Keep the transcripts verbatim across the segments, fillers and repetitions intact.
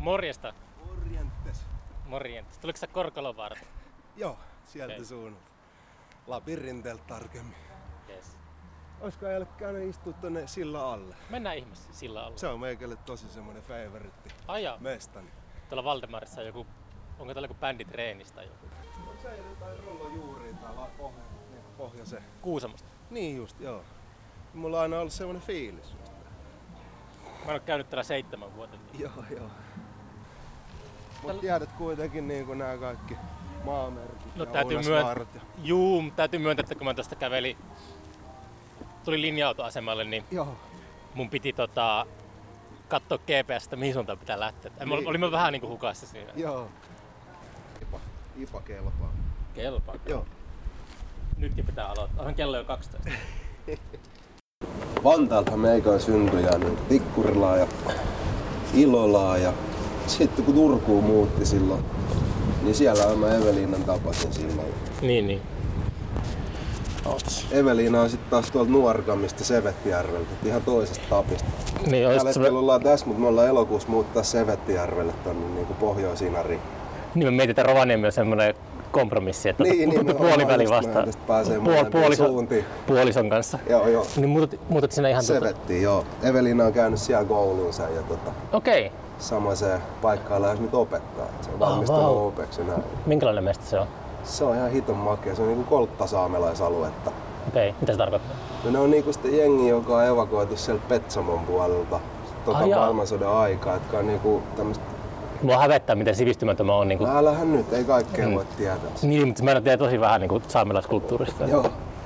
Morjesta. Morjentes. Morjentes. Tuliko sä Korkalovaaralta? Joo, sieltä Okay. suunnalta. Labirinteeltä tarkemmin. Yes. Olisiko äijälle käynyt istua tonne sillan alle? Mennään ihmeessä sillä alla. Se on meikälle tosi semmonen favoritti. Ai jaa. Mestani. Tuolla Valdemarissa on joku, onko täällä joku bänditreenissä tai joku? On se jotain rollojuuria täällä pohja, niin pohjoiseen. Kuusamosta. Niin just, joo. Mulla on aina ollut semmonen fiilis. Mä en oo käynyt täällä seitsemän vuotta. Joo, joo. Mut tiedät kuitenkin niinku nää kaikki maamerkit No ja täytyy Ounasvaarat myöntää, ja... juu, täytyy myöntää, että kun mä tästä kävelin, tuli linja-autoasemalle, niin Joo. mun piti tota, katsoa G P S:stä, mihin suuntaan pitää lähteä. Niin. Niin. Olimme vähän niinku hukassa siinä. Joo. Ipa, Ipa kelpaa. Kelpaa. Joo. Nytkin pitää aloittaa. Onhan kello jo kaksitoista. Vantaalta meikä on syntyjä niin Tikkurilaa ja Ilolaa ja sitten kun Turkuun muutti silloin, niin siellä mä Eveliinan tapasin silloin. Niin, niin. Eveliina on sitten taas tuolta Nuorgamista Sevettijärveltä, ihan toisesta tapista. Niin, Tällä se... hetkellä ollaan tässä, mutta me ollaan elokuussa muuttaa Sevettijärvelle tonne niin Pohjois-Inariin. Niin me mietitään Rovaniemi on semmoinen kompromissi, että niin, niin, puoliväli vastaan Puol, puolison, puolison kanssa. Joo, joo. Niin muutat, muutat sinne ihan Sevettiin, tuota... joo. Eveliina on käynyt siellä koulunsa ja tota, okei. Okay. Samaiseen paikkaan lähes nyt opettaa. Se on valmistunut oh, wow. opeksi näin. Minkälainen mesta se on? Se on ihan hiton makea. Se on niinku kolttasaamelaisualuetta. Okei, okay. Mitä se tarkoittaa? No ne on niinku sitä jengi, joka on evakuoitu sieltä Petsamon puolelta tota ah, maailmansodan aikaa. Jotka on niinku tämmöstä... Mua hävettää, miten sivistymätön mä oon. Niinku... No älähän nyt, ei kaikkea mm. voi tietää. Niin, mutta mä en tiedä tosi vähän niinku saamelaiskulttuurista. Joo.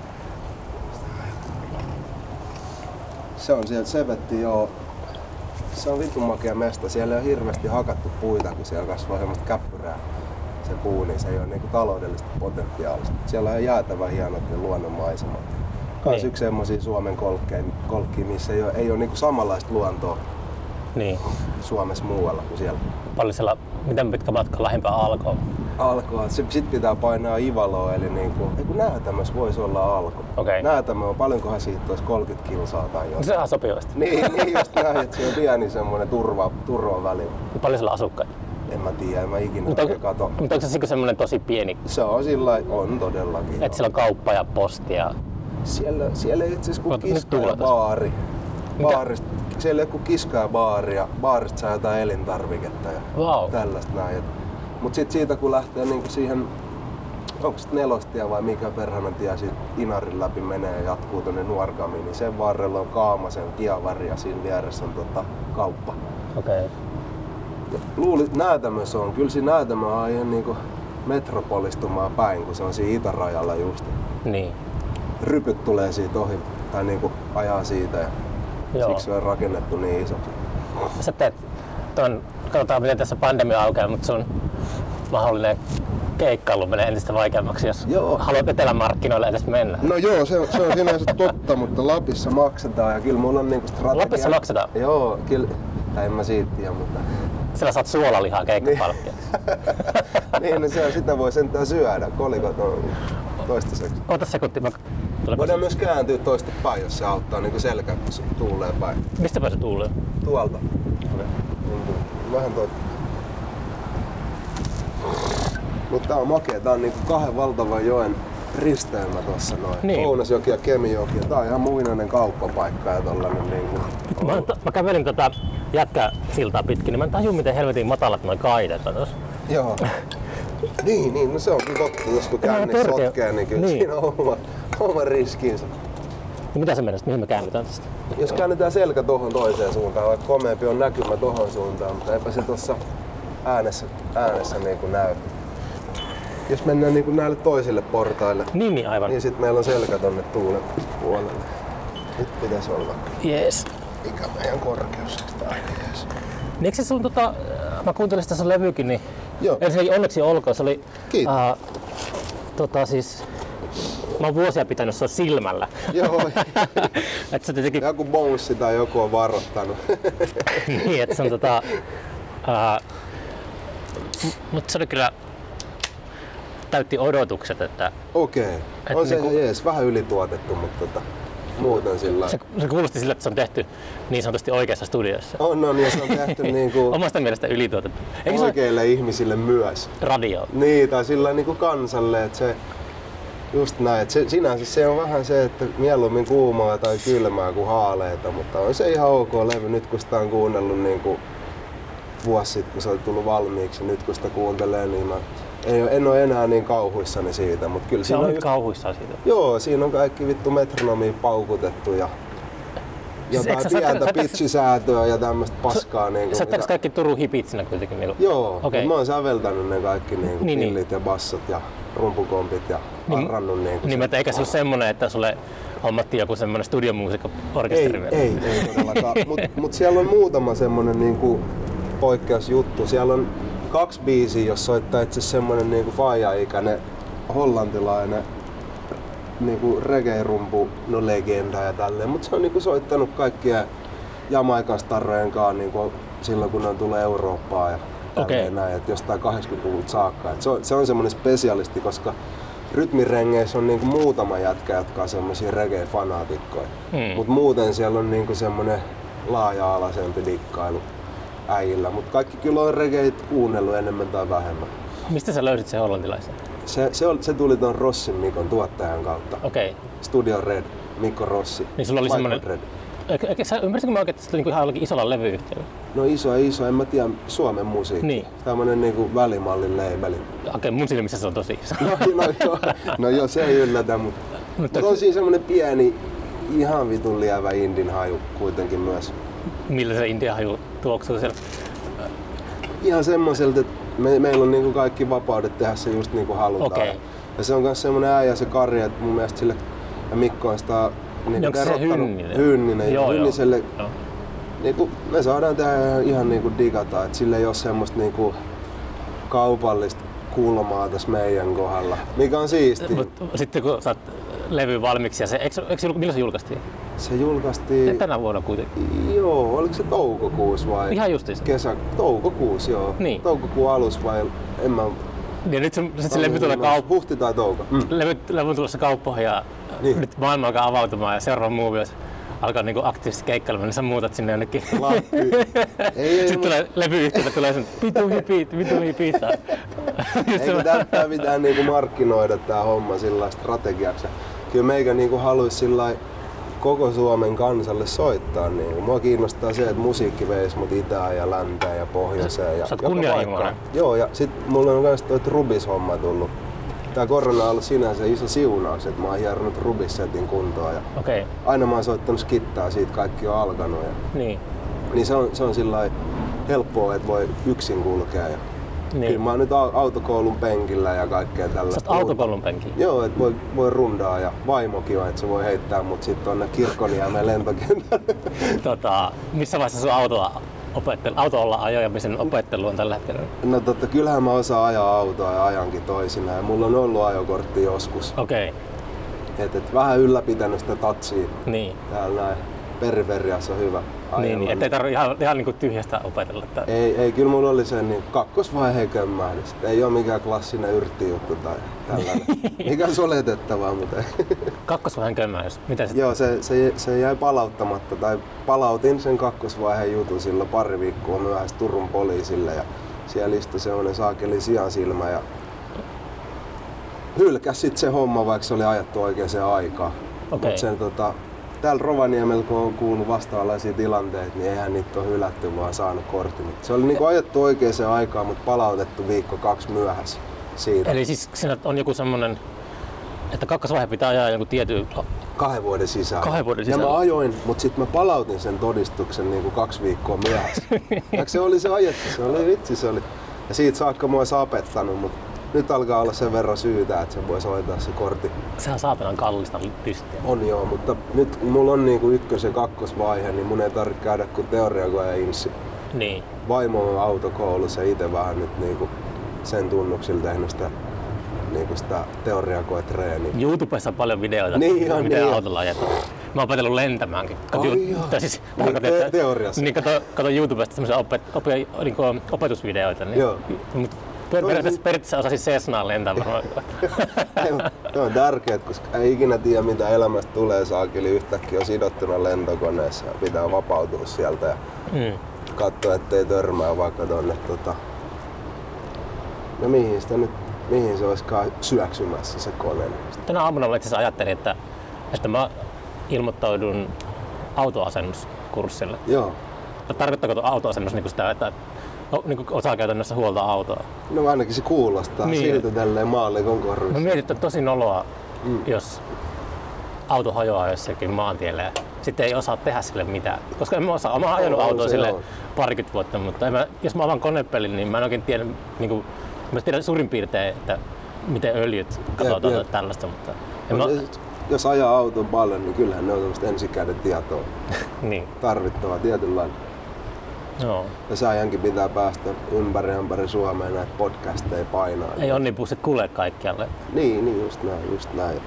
Se on sieltä Sevetti, joo. Se on vitun makea mesta. Siellä ei ole hirveästi hakattu puita, kun siellä kasvaa semmoista käppyrää. Se puu, niin se ei ole niinku taloudellista potentiaalista. Siellä on jäätävän hienot ne luonnonmaisemat. Kans niin. Yksi semmosia Suomen kolkkia, missä ei ole, ei ole niinku samanlaista luontoa niin. Suomessa muualla kuin siellä. Paljon siellä, miten pitkä matka lähimpää Alkoon? Alkoa. Sitten pitää painaa Ivaloa, eli niinku, ei kun Näätämössä voisi olla Alko. Okay. Näätämö on, paljonkohan siitä olisi kolmekymmentä kilsaa tai jotain. Se on ihan sopivasti. Niin, niin just näin, että se on pieni semmoinen turva, turva väli. Paljon siellä asukkaita? En mä tiedä, en mä ikinä mutta oikein kato. Mutta onko se semmoinen tosi pieni? Se on sillä on todellakin. Että siellä on kauppa ja posti ja... Siellä, siellä ei itse asiassa kuin kiska ja baari. Baarista, siellä ei ole kuin kiska ja baari ja baarista saa jotain elintarviketta ja wow. tällaista näin. Mut sit siitä kun lähtee niinku siihen, onko sit nelostie vai mikä perhanan tie siitä Inarin läpi menee ja jatkuu tonne Nuorgamiin, niin sen varrella on Kaamasen Kiavari ja siinä vieressä on tota kauppa. Okei. Okay. Luulit Näätämössä on, kyllä siinä Näätämö on ihan niinku metropolistumaan päin, kun se on siinä itärajalla just. Niin. Rypyt tulee siitä ohi, tai niinku ajaa siitä ja joo. Siksi se on rakennettu niin isoksi. Sä teet ton, katsotaan miten tässä pandemia aukeaa, mutta sun mahdollinen keikkailu menee entistä vaikeammaksi, jos joo. haluat etelämarkkinoille edes mennä. No joo, se, se on sinänsä totta, mutta Lapissa maksetaan ja kyllä mulla on niinku strategia. Lapissa maksetaan? Joo, kyllä. Tai en mä siitä tiedä, mutta... Siellä saat suolalihaa keikkapalkkia. Niin, no se, sitä voi sentään syödä. Kolikot on toistaiseksi. Ota sekunti. Mä... Voidaan myös kääntyä toista päin, jos se auttaa niin selkä tuulee päin. Mistä päin se tuulee? Tuolta. Okay. Vähän toi. Mutta tää on makea. Tää on niinku kahden valtavan joen risteymä tossa noin. Niin. Ounasjoki ja Kemijoki. Tää on ihan muinainen kauppapaikka ja tollanen niinku. Mä, mä kävelin tota jätkäsiltaa pitkin, niin mä en tajua miten helvetin matalat noi kaitet on tossa. Joo. Niin, niin, no se on kyllä totta. Jos kun käänni sotkee, niin kyllä niin. Siinä on oma, oma riskinsä. No mitä sä mennäsit? Mihin me käännytään tästä? Jos käännetään selkä tohon toiseen suuntaan, vaikka komeampi on näkymä tohon suuntaan, mutta eipä se tossa äänessä, äänessä niin kuin näy. Jos mennään niin kuin näille toisille portaille, niin, niin, aivan. Niin sit meillä on selkä tonne tuulen puolelle. Nyt pitäisi olla. Jees. Mikä meidän korkeus? Tää jees. Niin eikö se sun tota, mä kuuntelin sitä sun levykin, niin joo. Eli se ei onneksi olkoon, se oli uh, tota siis mä oon vuosia pitänyt sua silmällä. Joo. Et se tietenkin... Joku bounce tai joku on varoittanut. Niin, että se on tota... Uh, mut se oli kyllä... täytti odotukset, että... Okei. Okay. On se niinku... jees, vähän ylituotettu, mutta tota... muuten sillä se, se kuulosti sille, että se on tehty niin sanotusti oikeassa studiossa. On, on, ja se on tehty niinku omasta mielestä ylituotettu. oikeille se ihmisille myös. Radio. Niin, tai sillä niinku kansalle, että se just näin, että se, sinänsä se on vähän se, että mieluummin kuumaa tai kylmää kuin haaleita, mutta on se ihan ok levy nyt kun sitä on kuunnellut niinku vuosi sitten, kun se on tullut valmiiksi, nyt kun sitä kuuntelee, niin mä en, en ole enää niin kauhuissani siitä, mutta kyllä se siinä on on nyt just, kauhuissaan siitä. Joo, siinä on kaikki vittu metronomia paukutettu ja jotain Siis pientä pitchisäätöä ja tämmöistä paskaa. Niin Säyttääkö kaikki Turun hipit siinä kuitenkin? Niin joo, okay. Mä oon säveltänyt ne kaikki niin kuin niin, pillit niin. ja bassot ja rumpukompit ja niin, arrannut niin kuin niin, että eikä se ole semmonen, että sulle hommattiin joku semmonen studiomuusikko-orkesteri Ei, ei, ei todellakaan. Mut, mut siellä on muutama semmonen niinku poikkeusjuttu. Siellä on kaksi biisiä, jos soittaa itse semmonen niinku faija-ikäinen hollantilainen niinku reggae-rumpu, no legenda ja tälleen, mutta se on niinku soittanut kaikkia Jamaikan starrojen kanssa niinku silloin kun ne on tullut Eurooppaan ja tälleen okay. näin, että jostain kahdeksankymmentäluvulta saakka. Et se on, se on semmonen spesialisti, koska rytmirengeissä on niinku muutama jätkä, jotka on semmosia reggae-fanaatikkoja, hmm. mut muuten siellä on niinku semmonen laaja-alaisempi dikkailu äijillä, mut kaikki kyllä on reggaeit kuunnellut enemmän tai vähemmän. Mistä sä löysit sen hollantilaisen? Se, se, on, se tuli ton Rossin Mikon tuottajan kautta. Okei. Okay. Studio Red, Mikko Rossi. Niin sulla oli semmonen... Red. Ymmärsitkö mä oikein, että se oli jollakin isolla levyyhtiöllä? No iso iso, en mä tiedä, Suomen musiikki. Niin. Tämmönen niinku välimallin labeli. Okei, okay, mun silmissä se on tosi iso. No, no, joo, no joo, se ei yllätä, mutta mut on siinä semmonen pieni, ihan vitun lievä indin haju kuitenkin myös. Millä se indian haju tuoksuu siellä? Ihan semmoiselta, että me, meillä on niinku kaikki vapaudet tehdä se just niinku halutaan. Okay. Ja se on myös semmoinen äijä se Kari, että mun mielestä sille ja Mikko on sitä niinku onko se Hynninen? Hynninen. Joo, Hynniselle, joo. Niinku, me saadaan tehdä ihan niinku digata, että sillä ei ole semmoista niinku kaupallista kulmaa tässä meidän kohdalla, mikä on siistiä. Mut sitten kun saat levy valmiiksi ja se, eikö, eikö, milloin se julkaistiin? Se julkaistiin... Tänä vuonna kuitenkin. Joo, oliko se toukokuussa vai? Ihan justiinsa. Kesä, toukokuussa joo. Niin. Toukokuun alussa vai en mä... Ja nyt se, sit se levy tulee kauppoihin. Huhti tai touko. Mm. Levy, levy on tulossa kauppoihin ja niin. Nyt maailma alkaa avautumaan ja seuraava muuvi olisi alkaa niinku aktiivisesti keikkailemaan, niin sä muutat sinne jonnekin. Lappi. ei, ei, sitten tulee levyyhtiölle tulee sen vitu hipit, vitu hipit. Eikö täyttää mitään niinku markkinoida tää homma sillä strategiaksi. Kyllä meikä niinku haluis sillä koko Suomen kansalle soittaa. Niin. Mua kiinnostaa se, että musiikki veisi mut itään ja länteen ja pohjoiseen. Ja sä oot kunnianhimoinen. Joo, ja sit mulla on myös toi Trubis-homma tullut. Tää korona on ollut sinänsä iso siunaus, että mä oon hieronut Rubis-setin kuntoon. Ja okay. Aina mä oon soittanut skittaa, siitä kaikki on alkanut. Ja niin. Niin se on, se on sillä helppoa, että voi yksin kulkea. Ja niin. Kyllä mä oon nyt autokoulun penkillä ja kaikkea tällaista. Sä oot autokoulun penkillä? Joo, että voi, voi rundaa ja vaimokin on, että se voi heittää mut sit tonne Kirkkoniemen lentokentälle. Tota, missä vaiheessa sun autoa opettelu, auto-olla ajamisen opettelu on tällä hetkellä? No totta, kyllähän mä osaan ajaa autoa ja ajankin toisinaan ja mulla on ollut ajokortti joskus. Okei. Okay. Et, et vähän ylläpitänyt sitä tatsia. Niin. Täällä näin periferiassa on hyvä. Niin, niin, ettei tarvitse ihan, ihan niin kuin tyhjästä opetella. Että... Ei, ei, kyllä mulla oli se niin kakkosvaiheen kömmähdys. Ei ole mikään klassinen yrttijuttu tai tällainen. Mikä on oletettavaa, mutta ei. Kakkosvaiheen kömmähdys? Mitä se... Joo, se, se, se jäi palauttamatta. Tai palautin sen kakkosvaiheen jutun silloin pari viikkoa myöhässä Turun poliisille. Ja siellä istui semmoinen saakeli siansilmä ja hylkäs sit se homma, vaikka se oli ajettu oikeaan aikaan. Okay. Mut sen, tota, täällä Rovaniemellä, kun on kuullut vastaavanlaisia tilanteita, niin eihän niitä ole hylätty, vaan saanut kortin. Se oli niinku ajettu oikeaan aikaan, mutta palautettu viikko kaksi myöhässä siitä. Eli siis siinä on joku semmonen, että kakkosvaihe pitää ajaa joku tietyn... Kahden vuoden sisään. Kahden vuoden sisään. Ja mä ajoin, mutta sitten mä palautin sen todistuksen niinku kaksi viikkoa myöhässä. se oli se ajettu, se oli vitsi se oli. Ja siitä saakka mua olisi apettanut, mutta nyt alkaa olla sen verran syytä, että se voisi hoitaa se kortti. Sehän on saatanan kallista pystyä. On joo, mutta nyt mulla on niinku ykkös- ja kakkosvaihe, niin mun ei tarvitse käydä kuin teoriakoe ja inssi. Niin. Vaimo on autokoulussa ja itse vähän nyt niinku sen tunnuksilla tehnyt sitä, niinku sitä teoriakoe-treeniä. YouTubessa on paljon videoita, niin on, miten niin autolla ajetaan. Mä oon opetellut lentämäänkin. Ai joo. Siis, niin, te- teoriassa. Niin, kato, kato YouTubesta semmoisia opet, op, niin opetusvideoita. Niin, joo. Mut per, periaatteessa, periaatteessa osasin Cessnaan lentää varmaan. Se on tärkeää, koska ei ikinä tiedä mitä elämästä tulee saakeli. Yhtäkkiä on sidottuna lentokoneessa ja pitää vapautua sieltä ja mm. katsoa, ettei törmää vaikka tonne tota... No mihin sitä nyt, mihin se olisikaan syöksymässä se kone? Tänä aamuna mä itse asiassa ajattelin, että, että mä ilmoittaudun autoasennuskurssille. Joo. Tarkoittaako tuo autoasennus niin sitä, että niin osaa käytännössä huoltaa autoa? No ainakin se kuulostaa niin. Siltä tälleen maallikon korvissa. Mä mietin, että tosi noloa, mm. jos auto hajoaa jossakin maantielle ja sitten ei osaa tehdä sille mitään. Koska en mä osaa. Mä oon ajanut oh, autoa sille parikymmentä vuotta, mutta en mä, jos mä avaan konepelin, niin mä en oikein tiedä, niin kuin, mä tiedän suurin piirtein, että miten öljyt katsotaan jep, jep. tällaista. Mutta en no, mä... Jos ajaa auton paljon, niin kyllähän ne on tämmöistä ensikäden tietoa. niin. Tarvittavaa tietynlainen. Joo. Ja saajankin pitää päästä ympäri ympäri Suomeen näitä podcasteja painaa. Ei onnibussit kulje kaikkialle. Niin, niin just näin, just näin.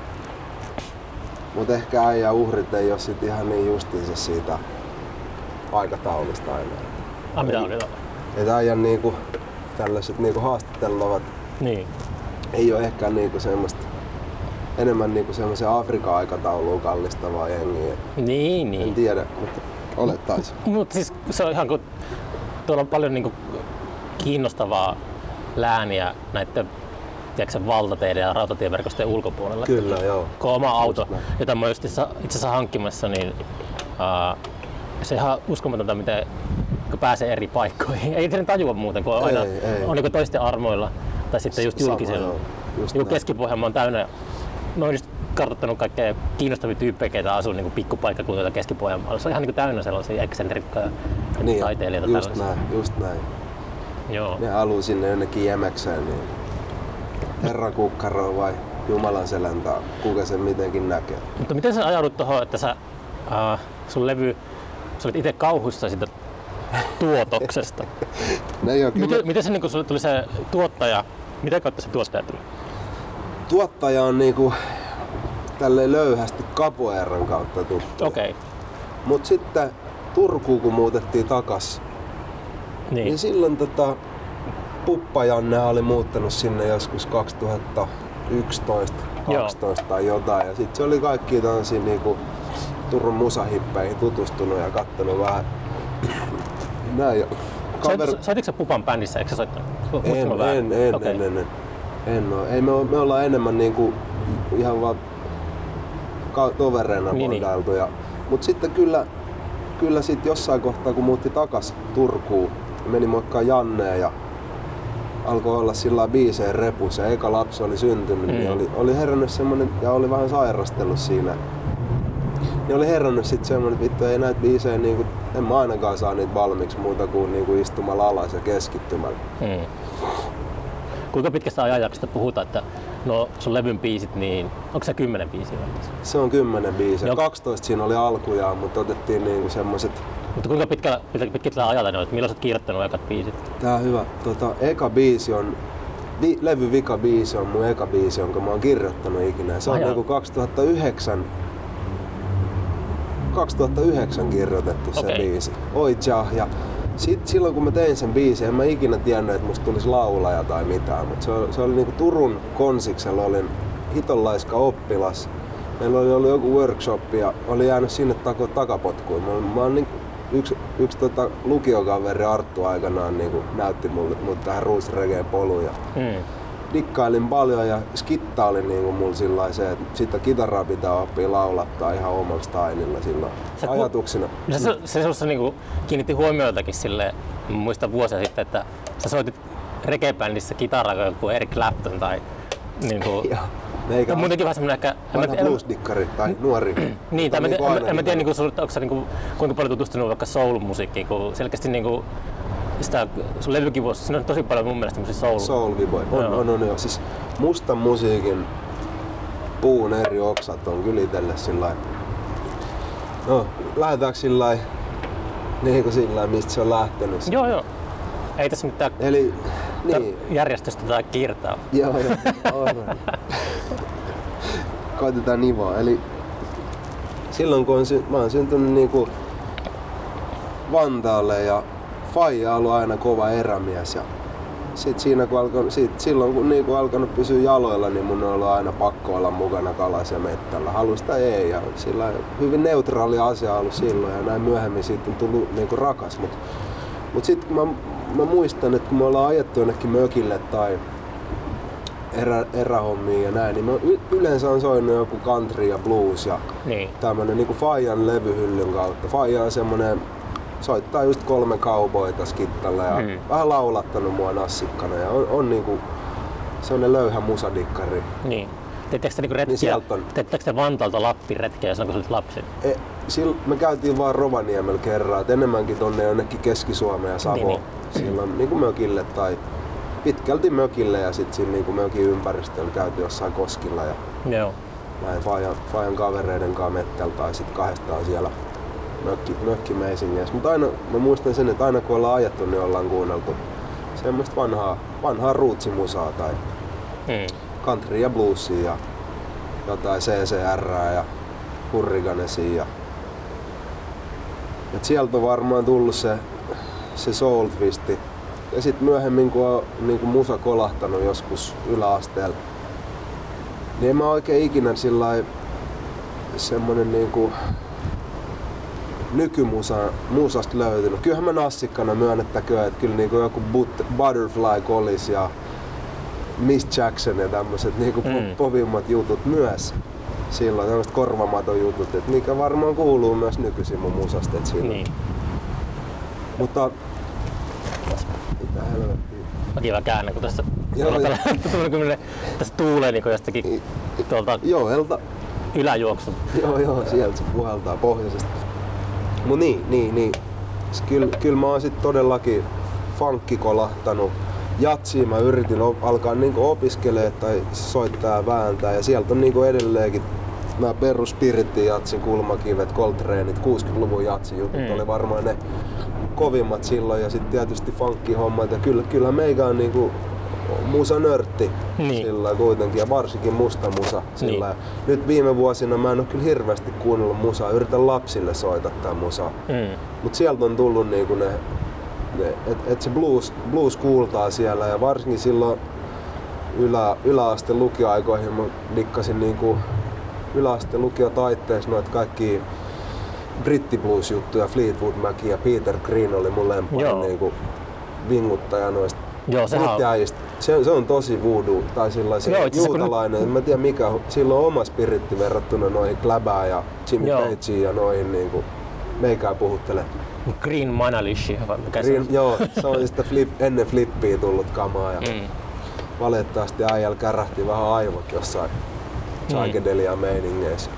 Mut ehkä äijä uhrit ei oo sit ihan niin justiinsa siitä aikataulusta aina. Ah, mitä oli? Että äijän niinku tällaiset niinku haastatteluvat niin. ei oo ehkä niinku semmoista enemmän niinku semmoisen Afrikan aikatauluun kallistavaa jengiä. Niin, niin. En tiedä, mutta olettaisi. Mut siis se on ihan kun tuolla on paljon niinku kiinnostavaa lääniä näitten tiedätkö, valtateiden ja rautatieverkostojen ulkopuolella. Kyllä, joo. Kun oma auto, jota mä just itse asiassa hankkimassa, niin uh, se on ihan uskomatonta, miten kun pääsee eri paikkoihin. Ei sen tajua muuten, kun on aina ei, ei. on niin toisten armoilla tai sitten just julkisella. Niin Keski-Pohjanmaa on täynnä. Mä oon just kartoittanut kaikkea kiinnostavia tyyppejä, keitä asuu niin pikkupaikkakunnilla Keski-Pohjanmaalla. Se on ihan niin täynnä sellaisia eksentrikkoja niin, taiteilijoita. Just näin, just näin. Joo. Ne haluaa sinne jonnekin jämäksään. Niin Herran kukkaroa vai Jumalan seläntaa, kuka sen mitenkin näkee. Mutta miten sä ajaudut tuohon, että sä, äh, sun levy, sä olit itse kauhuissa siitä tuotoksesta. No joo, kyllä. Miten, miten se, niin kun sulle tuli se tuottaja, mitä kautta se tuottaja tuli? Tuottaja on niinku tälleen löyhästi Capoeiran kautta tuttu. Okei. Okay. Mut sitten Turkuun kun muutettiin takas, niin, niin silloin tota Puppa Janne oli muuttanut sinne joskus kaksituhattayksitoista kaksitoista tai jotain ja sit se oli kaikki tällaisia niinku Turun musahippeihin tutustunut ja kattonut vähän näin. Kaver... Soititko sä Pupan bändissä, eikö sä soittanut? En, en, en, okay. en, en, en, en oo. Ei, me, me ollaan enemmän niinku ihan vaan tovereina niin, bondailtu. Ja, mut sitten kyllä, kyllä sit jossain kohtaa kun muutti takas Turkuun, meni moikkaa Janneen ja alkoi olla sillä biiseen repus ja eka lapsi oli syntynyt, mm. niin oli, oli herännyt semmonen, ja oli vähän sairastellut siinä. Niin oli herännyt sit semmonen, että vittu ei näitä biisejä niinku, en mä ainakaan saa niitä valmiiksi muuta kuin niinku istumalla alas ja keskittymällä. Mm. Kuinka pitkästä ajanjaksosta puhutaan, että no sun levyn biisit, niin onko se kymmenen biisiä? Se on kymmenen biisiä. kaksitoista siinä oli alkujaan, mutta otettiin niinku semmoset. Mutta kuinka pitkällä, pitkällä ajalla ne on, että milloin sä oot kirjoittanut ekat biisit? Tää on hyvä. Tota, eka biisi on, vi, levy vika biisi on mun eka biisi, jonka mä oon kirjoittanut ikinä. Se on niinku kaksituhattayhdeksän, kaksituhattayhdeksän kirjoitettu se okay. biisi. Oi tja, ja sit, silloin kun mä tein sen biisin, en mä ikinä tiennyt, että musta tulisi laulaja tai mitään, mutta se, se oli niinku Turun Konsiksella, olin hitonlaiska oppilas. Meillä oli ollut joku workshop ja oli jäänyt sinne tako takapotkuun. Mä, mä oon niinku, yksi, yksi tota, lukiokaveri Arttu aikanaan niinku, näytti mulle, mulle tähän ruusregeen poluun. Ja mm. dikkailin paljon ja skitta oli niinku mulla sillai se, että sitä kitaraa pitää oppia laulattaa ihan omalla stylilla silloin sä ajatuksena. Ku... Se, se, se, se niinku kiinnitti huomioitakin silleen, muistan vuosia sitten, että sä soitit reggae-bändissä kitaraa kuin Eric Clapton tai niinku... Meikä on muutenkin vähän semmonen ehkä... Vanha bluesdikkari tai nuori. Niin, tai en, niin en, en mä tiedä, niinku, onko sä niinku, kuinka paljon tutustunut vaikka soul-musiikkiin, kun selkeästi niinku, sitä sun levykin vuosi, siinä on tosi paljon mun mielestä tämmösiä soul... Soul-viboja, on, on, on, on joo. Siis mustan musiikin puun eri oksat on kyllä itelle sillai... No, lähdetäänkö sillai... Niinku sillai, mistä se on lähtenyt? Joo, joo. Ei tässä mitään Eli, niin. järjestystä tai kiirtaa. Joo, joo. Koitetaan nivoa. Eli silloin kun on sy- mä oon syntynyt niinku Vantaalle ja faija on ollut aina kova erämies ja sit siinä kun alkoi, sit silloin kun niinku alkanut pysyä jaloilla, niin mun on ollut aina pakko olla mukana kalas ja mettällä. Halusta ei, ja sillä hyvin neutraali asia ollut silloin, ja näin myöhemmin siitä on tullut niinku rakas. Mut, mut sit mä, mä muistan, että kun me ollaan ajettu jonnekin mökille tai erä, erähommiin ja näin, niin mä y- yleensä on soinut joku country ja blues ja niin. Tämmönen niinku Fajan levyhyllyn kautta. Faija on semmonen, soittaa just kolme cowboyta skittalla ja mm. vähän laulattanut mua nassikkana ja on, on niinku semmonen löyhä musadikkari. Niin. Teettekö te niinku retkiä, niin teettekö te Vantaalta Lappiin retkiä silloin kun sä olit lapsi? E, sil, me käytiin vaan Rovaniemellä kerran, et enemmänkin tonne jonnekin Keski-Suomeen ja Savoon. Niin, niin. Silloin niinku mökille tai pitkälti mökille ja sit siinä niinku mökin ympäristöllä käytiin jossain koskilla ja joo. Näin Fajan, Fajan kavereiden kanssa mettällä tai sit kahdestaan siellä mökki, mökkimeisingeissä. Mutta aina, mä muistan sen, että aina kun ollaan ajettu, niin ollaan kuunneltu semmoista vanhaa, vanhaa rootsimusaa tai hmm. country ja bluesia ja jotain C C R:ää ja Hurricanesia. Ja et sieltä on varmaan tullut se, se soul twisti. Ja sit myöhemmin kun on niin kuin musa kolahtanut joskus yläasteella, niin en mä oikein ikinä sillai semmonen niinku nykymusasta löytynyt. Kyllähän mä nassikkana myönnettäköön, että kyllä niinku joku Butterfly Collins ja Miss Jackson ja tämmöset niinku mm. povimmat jutut myös. Silloin tämmöset korvamaton jutut, et mikä varmaan kuuluu myös nykyisin mun musasta. Et niin. Mutta mitä helvettiä. Mäkin vaan käännän, kun tässä tässä tuulee niin jostakin tuolta Joelta. Yläjuoksun. Joo, joo, sieltä se puhaltaa pohjoisesta. Mut niin, niin, niin. Kyllä, kyllä mä oon sit todellakin funkki kolahtanut. Jatsia mä yritin op- alkaa niinku opiskelee tai soittaa ja vääntää ja sieltä on niinku edelleenkin nämä perus spiritin jatsin kulmakivet, Coltraneit, kuusikymmentäluvun jatsin jutut mm. oli varmaan ne kovimmat silloin ja sitten tietysti funkkihommat ja kyllä, kyllä meikä on niinku musanörtti niin. Sillä kuitenkin ja varsinkin musta musa sillä. Niin. Nyt viime vuosina mä en oo kyllä hirveästi kuunnellut musaa, yritän lapsille soitattaa musaa. Mm. Mut sieltä on tullut niinku ne, ne että et se blues, blues kuultaa siellä ja varsinkin silloin ylä, yläaste lukioaikoihin mä dikkasin niinku yläaste lukiotaitteessa noita kaikki brittiblues-juttuja, Fleetwood Mac ja Peter Green oli mun lempari niinku vinguttaja noista brittiäijistä. Se, se on tosi voodoo tai sellainen juutalainen, en mä tiedä mikä, sillä on oma spiritti verrattuna noihin Clabään ja Jimmy Pageen ja noihin niinku meikää puhuttele. Green Manalishi, mikä Green, se on? Joo, se on sitä flip, ennen flippiä tullut kamaa ja mm. valitettavasti äijällä kärähti vähän aivot jossain psychedelia meiningeissä.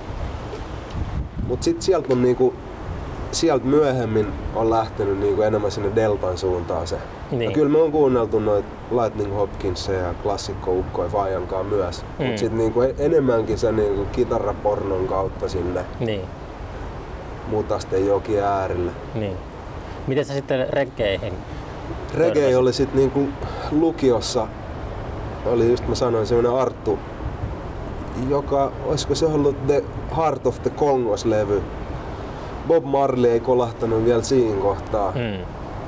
Mut sit sieltä on niinku, sieltä myöhemmin on lähtenyt niinku enemmän sinne deltan suuntaan se. Niin. Ja kyllä me on kuunneltu noita Lightning Hopkinsia ja klassikkoukkoja Fajan kanssa myös. Mm. Mut sit niinku enemmänkin se niinku kitarapornon kautta sinne niin. Mutasten jokien äärille. Niin. Miten sä sitten reggeihin? Reggae oli sit niinku lukiossa, oli just mä sanoin semmonen Arttu, joka, olisiko se ollut The Heart of the Congos-levy. Bob Marley ei kolahtanut vielä siinä kohtaa. Mm.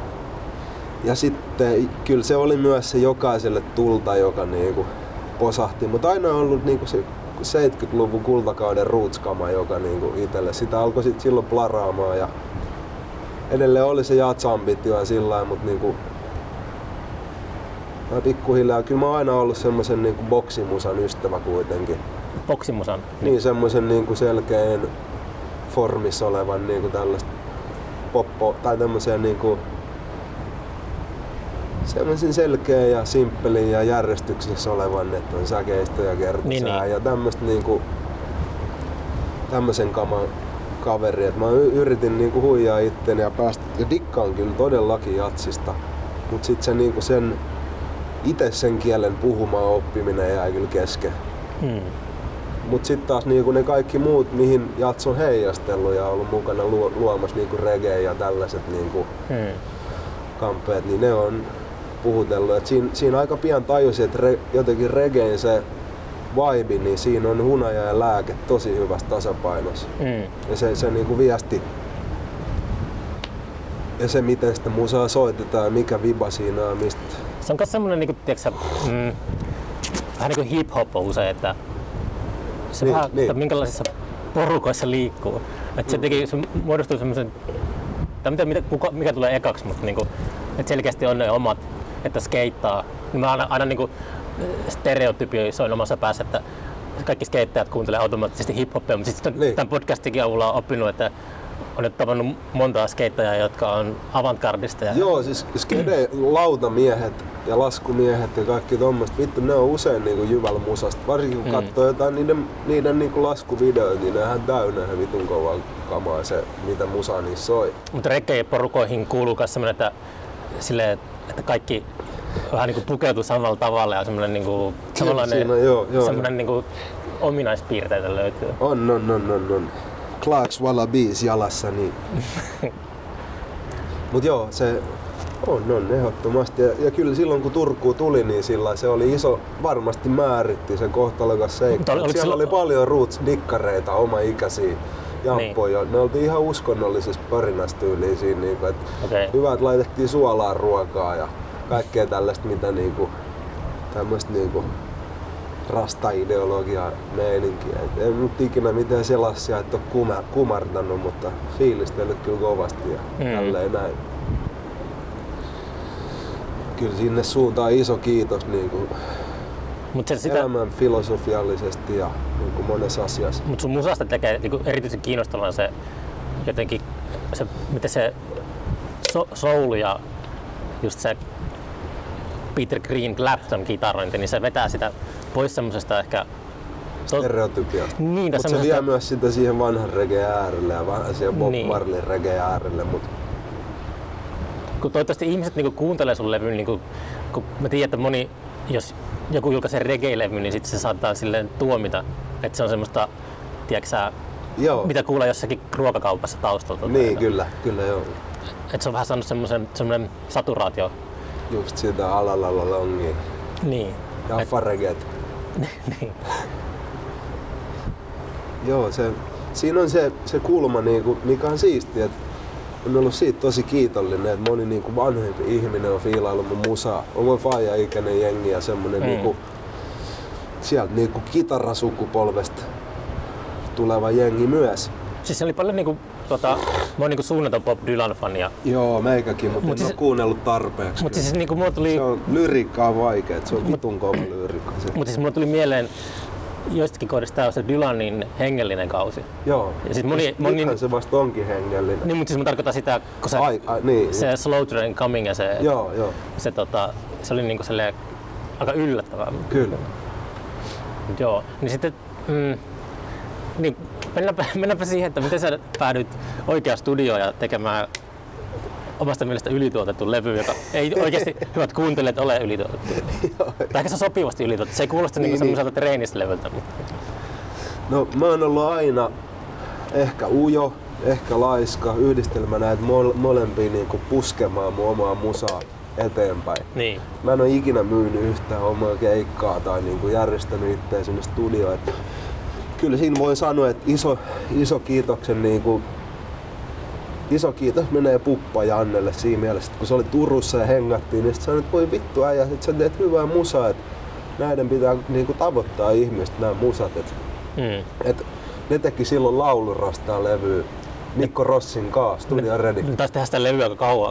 Ja sitten kyllä se oli myös se jokaiselle tulta, joka niinku posahti, mutta aina on ollut niinku se seitsemänkymmentäluvun kultakauden rootskama, joka niinku itselle sitä alkoi sit silloin plaraamaan ja edelleen oli se jazz-ambitio ja sillä mutta niinku mä pikkuhiljaa, kyllä mä oon aina ollut semmosen niinku boksimusan ystävä kuitenkin. Boksimusan? Niin, semmosen niinku selkeän formissa olevan niinku tällaista poppo tai tämmösiä niinku semmoisen selkeä ja simppeli ja järjestyksessä olevan, että on säkeistö ja kertsää niin, niin. ja tämmöstä niinku tämmösen kaman kaveri, että mä yritin niinku huijaa itteni ja päästä ja dikkaan kyllä todellakin jatsista, mut sit se niinku sen ite sen kielen puhumaan oppiminen jäi kyllä kesken. Hmm. Mut sit taas niinku ne kaikki muut, mihin jats on heijastellut ja ollut mukana luomassa niinku reggae ja tällaiset niinku hmm. kampeet, niin ne on puhutellut. Et siinä, siinä aika pian tajusin, että re, jotenkin reggaen se vibe, niin siinä on hunaja ja lääke tosi hyvässä tasapainossa. Hmm. Ja se, se niinku viesti, Ja se miten sitä musaa soitetaan ja mikä viba siinä on, mistä... Se on myös semmonen niinku, tiiäksä, mm, vähän niinku hip-hop on usein, että se niin, vähän, niin. että minkälaisissa porukoissa liikkuu. Että se, teki, se muodostuu semmoisen, tai mitä, mitä, kuka, mikä tulee ekaksi, mutta niinku, että selkeästi on ne omat, että skeittaa. Niin mä aina, aina niinku stereotypioisoin omassa päässä, että kaikki skeittajat kuuntelee automaattisesti hip-hopia, mutta sitten niin. Tämän podcastikin avulla on oppinut, että on nyt tavannut montaa skeittajaa, jotka on avantgardista. Ja... Joo, siis skede, lautamiehet ja laskumiehet ja kaikki tommoista, vittu ne on usein niinku jyvällä musasta. Varsinkin kun mm. katsoo jotain niiden, niiden niinku laskuvideoita, niin nehän täynnä he vitun kovaa kamaa se, mitä musa niissä soi. Mutta reggae-porukoihin kuuluu myös semmoinen, että, silleen, että kaikki vähän niinku pukeutuu samalla tavalla ja semmoinen niinku, samanlainen joo, joo, semmoinen niinku ominaispiirteitä löytyy. On, on, on, on, on. Clarks Wallabies jalassa, niin... Mut joo, se on, on ehdottomasti. Ja, ja kyllä silloin kun Turkuun tuli, niin sillä se oli iso, varmasti määritti se kohtalokas seikka. Oli, siellä oli paljon roots-dikkareita, oma-ikäisiä jamppoja. Niin. Ne oltiin ihan uskonnollisessa parinastyyliin siinä, niinku, että okay. Hyvä, että laitettiin suolaa ruokaa ja kaikkea tällaista, mitä niinku, tämmöistä niinku rasta-ideologia meininkiä. Et en nyt ikinä mitään sellaisia, että ole kumartanut, mutta fiilistellyt kyllä kovasti ja mm. tälleen näin. Kyllä sinne suuntaan iso kiitos niin kuin Mut se sitä... elämän filosofiallisesti ja niin kuin monessa asiassa. Mutta sun musasta tekee niin erityisen kiinnostavan se jotenkin, se, miten se so, soul ja just se Peter Green Clapton kitarointi, niin se vetää sitä pois semmosesta ehkä stereotypiasta. Niin, mutta se vie myös sitä siihen vanhan reggae äärelle ja vähän siihen Bob niin. Marley reggae äärelle. Mut... Kun toivottavasti ihmiset niinku kuuntelee sun levyn, niinku, kun mä tiedän, että moni, jos joku julkaisee reggae-levyn, niin sit se saattaa silleen tuomita, että se on semmoista, tiedätkö mitä kuulee jossakin ruokakaupassa taustalta. Niin, tai kyllä, kyllä joo. Että se on vähän saanut semmoisen, semmoinen saturaatio. Just sitä alalalongia. Niin. Ja fareget. Niin. Joo, se, siinä on se, se kulma, niinku, mikä on siistiä, että on ollut siitä tosi kiitollinen, että moni niinku vanhempi ihminen on fiilaillut mun musaa. Oma faija-ikäinen jengi ja semmonen mm. niinku, sieltä niinku kitarasukupolvesta tuleva jengi myös. Siis se oli paljon niinku, tota, mä oon niinku suunnaton Bob Dylan-fania. Joo, meikäkin, mutta mut en siis, oo kuunnellut tarpeeksi. Mut siis niinku mulla tuli... Se on, lyriikka on vaikea, se on vitun kova lyriikka. Mutta siis mulla tuli mieleen joistakin kohdista tää on se Dylanin hengellinen kausi. Joo, ja sit moni, moni, se vasta onkin hengellinen. Niin, mutta siis mä tarkoitan sitä, kun se, ai, ai, niin, se Slow Train Coming ja se, joo, joo. se, tota, se oli niinku silleen aika yllättävää. Kyllä. Mut joo, niin sitten mm, niin, mennäänpä, mennäänpä siihen, että miten sä päädyit oikeaan studioon ja tekemään omasta mielestä ylituotettu levy, joka ei oikeasti hyvät kuuntelijat ole ylituotettu. Tai ehkä se on sopivasti ylituotettu. Se ei kuulosta niin, niinku semmoiselta treenislevyltä. No mä oon ollut aina ehkä ujo, ehkä laiska, yhdistelmä näitä mole- molempia niinku puskemaan mun omaa musaa eteenpäin. Niin. Mä en oo ikinä myynyt yhtään omaa keikkaa tai niinku järjestänyt itseä sinne studioon. Kyllä siinä voi sanoa, että iso, iso kiitoksen niinku Iso kiitos menee Puppa Jannelle siinä mielessä, että kun se oli Turussa ja hengattiin, niin sit sanoi, että voi vittu äijä, sit sä teet hyvää musaa, että näiden pitää niinku tavoittaa ihmistä nämä musat. Et, mm. et ne teki silloin Laulurastaan levyä Mikko Rossin kaa, Studio Ready. Ne taisi tehdä sitä levyä aika kauan.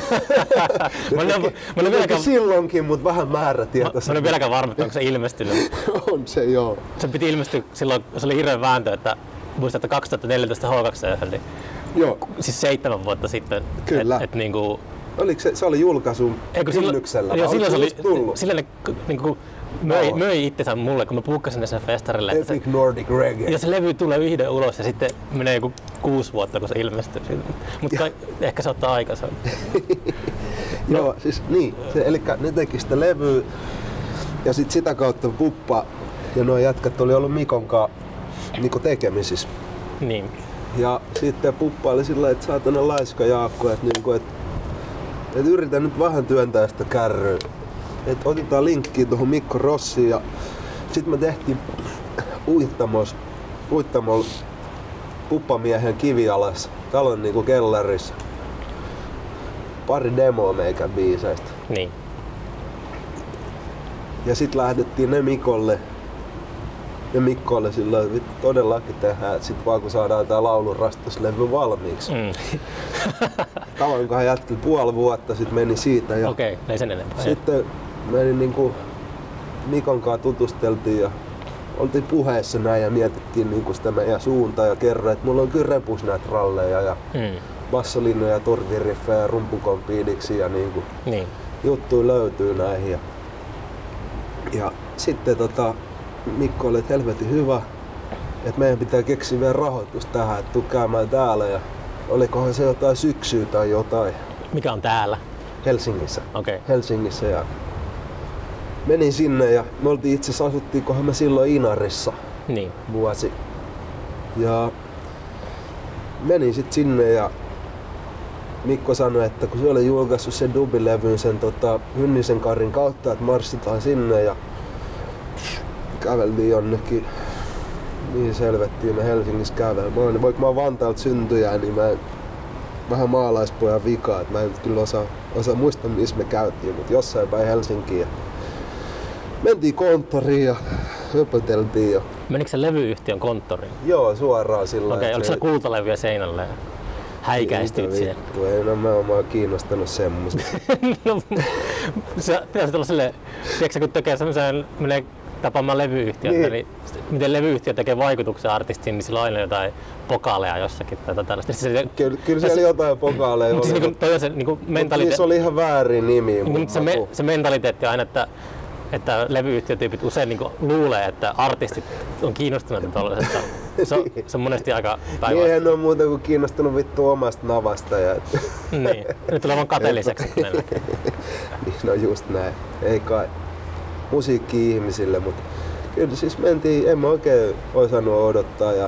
mä olin vieläkään... silloinkin, mutta vähän määrätietoisesti. Mä olin vieläkään varma, että onko se ilmestynyt. On se, joo. Se piti ilmestyä silloin, se oli hirveän vääntö, että muistan, että kaksituhattaneljätoista H kaksi niin joo. Siis seitsemän vuotta sitten. Kyllä. Et, et niinku... Oliko se, se oli julkaisun kynnyksellä? Joo, silloin se oli, silloin ne niinku möi, no. möi itsensä mulle, kun mä puukkasin ne sen festarille. Epic se, Nordic Reggae. Ja se levy tulee vihdoin ulos ja sitten menee joku kuusi vuotta, kun se ilmestyy. Mutta ehkä se ottaa aikansa. Joo, siis niin. Se, elikkä ne teki sitä levyä ja sit sitä kautta Puppa ja nuo jätkät oli ollut Mikon kanssa niinku tekemisissä. Niin. Ja sitten Puppa oli sillä, että saatana laiska Jaakko, että niinku, et, et yritän nyt vähän työntää sitä kärryä. Et otetaan linkkiä tuohon Mikko Rossiin ja sit me tehtiin uittamos, uittamos Puppamiehen kivialassa, talon niinku kellarissa. pari demoa meikän biiseistä. Niin. Ja sit lähdettiin ne Mikolle. Ja Mikkolle silloin, että vittu todellakin tehdään, että sit vaan kun saadaan tää laulunrastaslevy valmiiksi. Mm. Tavankohan jätkillä puoli vuotta sit meni siitä. Ja okei, okay, ei sen enempää. Sitten meni niinku Mikon kanssa tutusteltiin ja oltiin puheessa näin ja mietittiin niinku sitä meidän suuntaa ja kerran, että mulla on kyllä repus näitä ralleja ja mm. bassolinjoja, turviriffejä ja rumpukompiidiksi ja niinku niin. juttuja löytyy näihin. Ja, ja sitten tota, Mikko oli, että helvetin hyvä, että meidän pitää keksiä vielä rahoitus tähän, että tuu käymään täällä ja olikohan se jotain syksyä tai jotain. Mikä on täällä? Helsingissä. Okay. Helsingissä ja menin sinne ja me oltiin itse asiassa asuttiinkohan me silloin Inarissa niin. vuosi. Ja menin sit sinne ja Mikko sanoi, että kun se oli julkaissut sen dubilevyn sen tota, Hynnisen Karin kautta, että marssitaan sinne ja käveltiin jonnekin. Niin selvettiin me Helsingissä kävelmään. Voinko mä oon Vantaalta syntyjää, niin mä en vähän maalaispojan vikaa, että mä en kyllä osaa, osaa muistaa missä me käytiin, mutta jossain päin Helsinkiin. Mentiin konttoriin ja höpöteltiin. Ja menikö se levyyhtiön konttoriin? Joo, suoraan sillä. Okei, okay, oliko se kultalevyjä seinällä? Häikäistyit siellä? Ei, no mä oon kiinnostanut semmoista. No, se pitäisi olla silleen, tiedätkö kun tekee semmoisen, menee tapaamaan levyyhtiötä, niin. niin miten levyyhtiö tekee vaikutuksen artistiin, niin sillä on aina jotain pokaaleja jossakin tai tällaista. Se, kyllä, kyllä siellä se, jotain pokaaleja oli. Siis mutta se niinku mentaliteetti. Se oli ihan väärin nimi. Niin, se, me, se mentaliteetti on aina, että että levyyhtiötyypit usein niinku luulee, että artistit on kiinnostuneita tuollaisesta. Se on, se on monesti aika päinvastoin. Niin eihän ole muuta kuin kiinnostunut vittu omasta navasta. Ja niin, nyt tulee vaan kateelliseksi. Niin, no just näin. Ei kai musiikki-ihmisille, mutta kyllä siis mentiin, en mä oikein osannut odottaa ja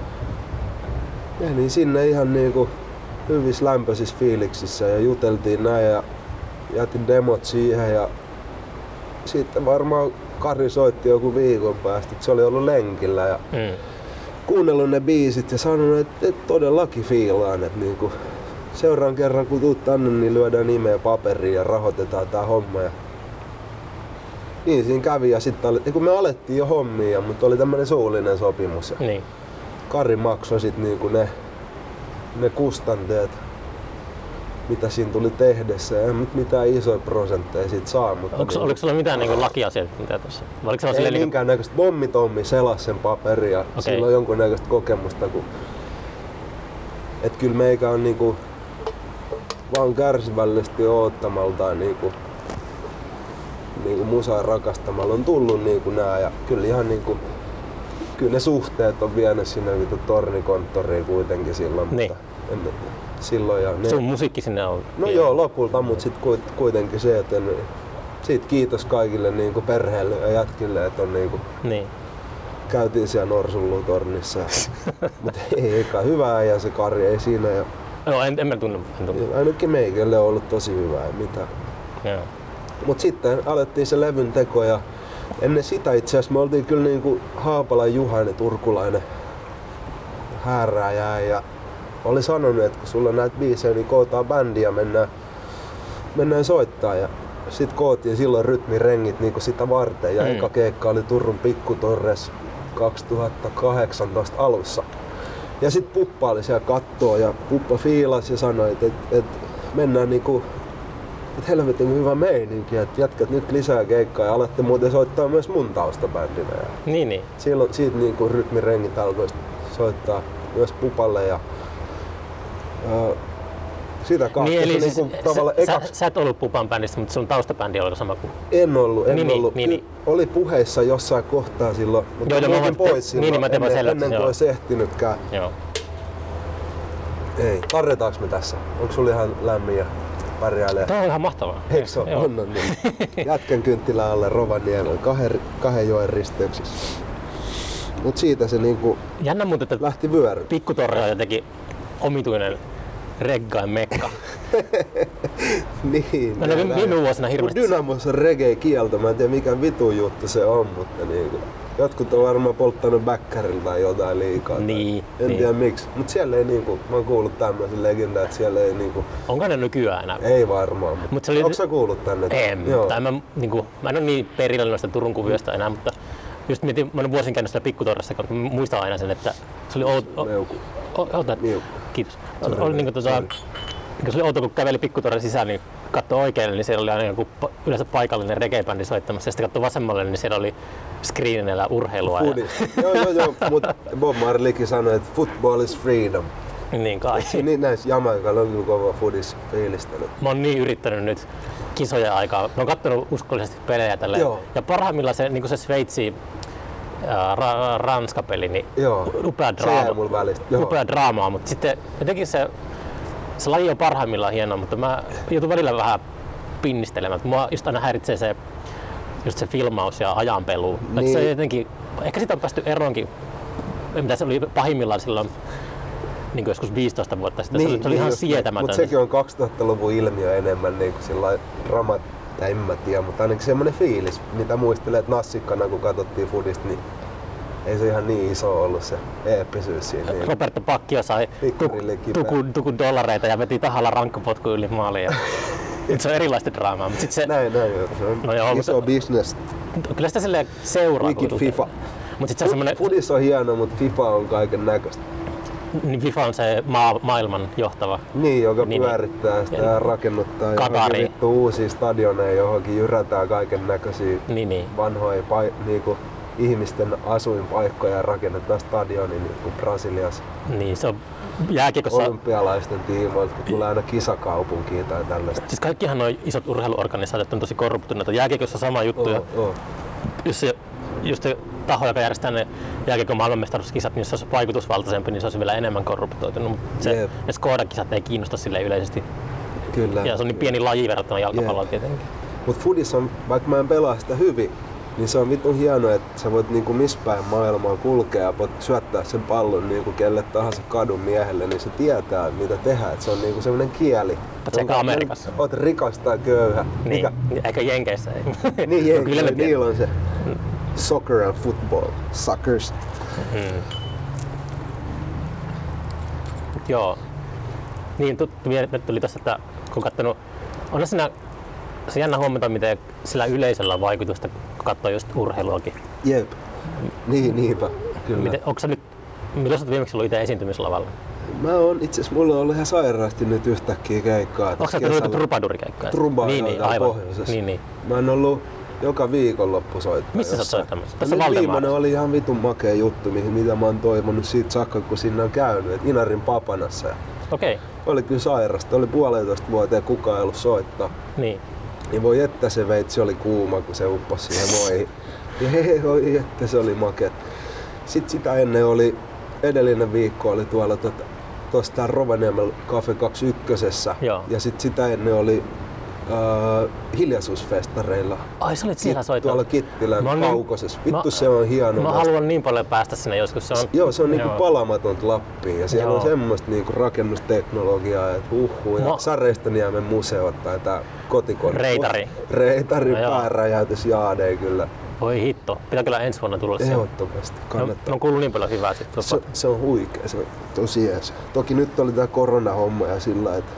menin sinne ihan niinku hyvissä lämpöisissä fiiliksissä ja juteltiin näin ja jätin demot siihen ja sitten varmaan Kari soitti joku viikon päästä, että se oli ollut lenkillä ja mm. kuunnellut ne biisit ja sanonut, että, että todellakin fiilaan, että niinku seuraan kerran kun tuut tänne, niin lyödään nimeä paperiin ja rahoitetaan tää homma. Ja niin siinä kävi ja sitten kun me alettiin jo hommia, mutta oli tämmönen suullinen sopimus. Ja niin. Kari maksoi sit niinku ne, ne kustanteet, mitä siinä tuli tehdessä. Ei nyt mitään isoja prosentteja siitä saa. Mutta Onko, niin, oliko sulla mitään niinku lakiasiat mitä tuossa? Ei minkään näköistä. Bommitommi selasi sen paperia ja okay. Sillä on jonkun näköistä kokemusta. Kun et kyllä meikä on niinku vaan kärsivällisesti oottamaltaan niinku, niinku musaa rakastamalla on tullut niinku nää ja kyllä ihan niinku kyllä ne suhteet on vienyt sinne vitu tornikonttoriin kuitenkin silloin, niin. Mutta en, silloin ja ne, sun musiikki sinne on. No joo, lopulta, mutta sit kuitenkin se, että en, siitä kiitos kaikille niinku perheelle ja jätkille, että on niinku niin. Käytiin siellä Norsunluutornissa. Mutta ei eikä hyvää ja se Kari ei siinä. Ja no en, en mä tunne. En tunne. Ainakin meikälle on ollut tosi hyvää. Mitä. Mut sitten alettiin se levyn teko ja ennen sitä itse asiassa me oltiin kyllä niinku Haapalan Juhainen, turkulainen häärääjä ja oli sanonut, että kun sulla on näitä biisejä, niin kootaan bändi ja mennään, mennään soittaa. Ja sit koottiin silloin rytmirengit niinku sitä varten ja mm. eka keikka oli Turun Pikkutorres kaksituhattakahdeksantoista alussa. Ja sit Puppa oli siellä kattoo ja Puppa fiilasi ja sanoi, että et, et mennään niinku, että helvetin hyvä meininki, että jätkät nyt lisää keikkaa ja alatte muuten soittaa myös mun taustabändinä. Ja niin, niin. Silloin siitä niinku rytmirengit alkoi soittaa myös Pupalle ja, ja sitä kautta niin, eli se siis niinku tavallaan eka... sä, sä et ollut Pupan bändissä, mutta sun taustabändi oli sama kuin... En ollut, en niin, ollut. Niin, niin. Oli puheissa jossain kohtaa silloin, mutta joo, mä pois te, silloin niin, niin, ennen, selväksi, ennen kuin olisi ehtinytkään. Joo. Ei, tarretaanko me tässä? Onko sulla ihan lämmin ja pärjäilee? Tämä on ihan mahtavaa. Eikö se ole? On, on niin. Jätkän kynttilä alle Rovaniemellä, kahden, kahden joen risteyksissä. Mut siitä se niinku jännä muuten, että lähti vyöry. Pikkutorre on jotenkin omituinen reggae mekka. Niin. Mä näin viime vuosina hirveästi. Dynamossa on reggae kielto, mä en tiedä mikä vitu juttu se on, mutta niinku, jotkut on varmaan polttanut bäkkärillä tai jotain liikaa. Niin. En niin. tiedä miksi, mutta siellä ei niinku, mä oon kuullut tämmöisen legendan, että siellä ei niinku... Onko ne nykyään enää? Ei varmaan, mutta Mut oli... onko sä kuullut tänne? En, tai mä, niinku, mä en oo niin perillä noista Turun kuvioista enää, mutta just mietin, mä oon vuosin käynyt siellä Pikkutorressa, kun muistan aina sen, että se oli outo... Meuku. Ota, Miukku. kiitos. Oli, oli niinku tuossa... Se oli outo, kun käveli Pikkutorren sisään, niin katsoi oikealle, niin siellä oli aina joku yleensä paikallinen reggae-bändi soittamassa. Ja sitten katsoi vasemmalle, niin siellä oli screenillä urheilua. Ja... joo, joo, joo, mutta Bob Marleykin sanoi, että football is freedom. Niin kai. Niin näissä Jamaikalla on kyllä kova foodis fiilistänyt. Mä oon niin yrittänyt nyt kisojen aikaa. Mä oon kattonut uskollisesti pelejä tälleen. Joo. Ja parhaimmillaan se, niin se Sveitsi ra- Ranska-peli, niin joo. upea draama. Se upea draamaa, mutta sitten jotenkin se Se laji on parhaimmillaan hieno, mutta mä joutun välillä vähän pinnistelemään. Mua just aina häiritsee se, just se filmaus ja ajanpelu. Niin. Se jotenkin, ehkä siitä on päästy eroonkin, mitä se oli pahimmillaan silloin niin joskus viisitoista vuotta sitten. Niin, se oli, se oli niin, ihan sietämätöntä. Mutta sekin on kaksituhattaluvun ilmiö enemmän niin kuin dramat, en mä tiedä, mutta ainakin semmoinen fiilis, mitä muistelee, että nassikkana kun katsottiin foodista, niin ei se ihan niin iso ollut se eeppisyys siinä. Niin. Roberto Pacchio sai tukun tuku dollareita ja veti tahalla rankkapotku yli maaliin. Ja nyt se on erilaista draamaa. Sit se, näin, näin. Se on no joo, iso mutta, business. Kyllä sitä silleen seuraa. Wicked FIFA. Mut sit se on semmonen... Foodissa on hieno, mutta FIFA on kaiken näköistä. Niin FIFA on se maa, maailman johtava. Niin, joka niin, pyörittää niin, sitä ja rakennuttaa johonkin vittu uusia stadioneja, johonkin jyrätään kaiken näköisiä niin, niin. vanhoja pai, niinku, ihmisten asuinpaikkoja ja rakennetaan stadioni niin kuin Brasiliassa. Niin, se on jääkiekossa... Olympialaisten tiimoilta, kun tulee aina kisakaupunkiin tai tällaista. Siis kaikkihan nuo isot urheiluorganisaatiot on tosi korruptuneita. Jääkiekossa sama juttu. Oh, oh. Jos se, just se taho, joka järjestää ne jääkiekon maailmanmestaruuskisat, niin jos se olisi vaikutusvaltaisempi, niin se olisi vielä enemmän korruptoitunut. Mutta se, ne Skoda-kisat ei kiinnosta sille yleisesti. Kyllä. Ja se on niin pieni laji verrattuna jalkapalloon tietenkin. Mutta foodissa on, vaikka mä en pelaa sitä hyvin, niin se on vitun hienoa, että sä voit niinku missä päin maailmaa kulkea ja voit syöttää sen pallon niinku kelle tahansa kadun miehelle, niin se tietää mitä tehdään. Et se on niinku semmoinen kieli. Sekä Amerikassa. Oot rikas tai köyhä. Niin, eikä Jenkeissä. Ei. Niin Jenkeissä, niillä on se soccer and football. Suckers. Mm-hmm. Joo. Niin, nyt tuli tosta, että kun kattonut, on siinä se jännä huomata, miten sillä yleisöllä on vaikutusta, kun katsoo just urheiluakin. Jep. Niin, niinpä. Kyllä. Miten, onko sä nyt, milloin sä viimeksi ollut itse esiintymislavalla? Mä oon itse asiassa, mulla on ollut ihan sairaasti nyt yhtäkkiä keikkaa. Onko sä tullut trubadurikeikkaa? Trubaa niin, niin, aivan. Pohjoisessa. Niin, niin. Mä oon ollut joka viikonloppu soittaa. Missä sä oot soittamassa? Tässä viimeinen oli ihan vitun makea juttu, mitä mä oon toivonut siitä saakka, kun sinne on käynyt. Et Inarin Papanassa. Okei. Okay. Oli kyllä sairasta. Oli puolentoista vuoteen kukaan ei ollut soittaa. Niin. Niin voi että se veitsi oli kuuma, kun se upposi siihen voihin. Ja voi että se oli makea. Sitten sitä ennen oli, edellinen viikko oli tuolla tuosta tota, Rovaniemellä Cafe kaksikymmentäyksi. Joo. Ja sitten sitä ennen oli Uh, hiljaisuusfestareilla. Ai sä olit siellä Kit, soittaa? Tuolla Kittilän niin, kaukosessa. Vittu mä, se on hieno. Mä vasta. haluan niin paljon päästä sinne joskus. Se on, joo, se on joo. niinku palamatonta Lappia ja siellä joo. on semmoista niinku rakennusteknologiaa, että uhuu. Ja mä... Sareistaniemen museot tai tää kotikon. Reitari. Reitari, no, pääräjäytys, jaadei kyllä. Voi hitto. Pitää kyllä ensi vuonna tulla siihen. Ehdottomasti. Kannattaa. No, on kuullut niin paljon hyvää sit. Se, se on huikea. Se on tosi jees. Toki nyt oli tää koronahomma ja sillä että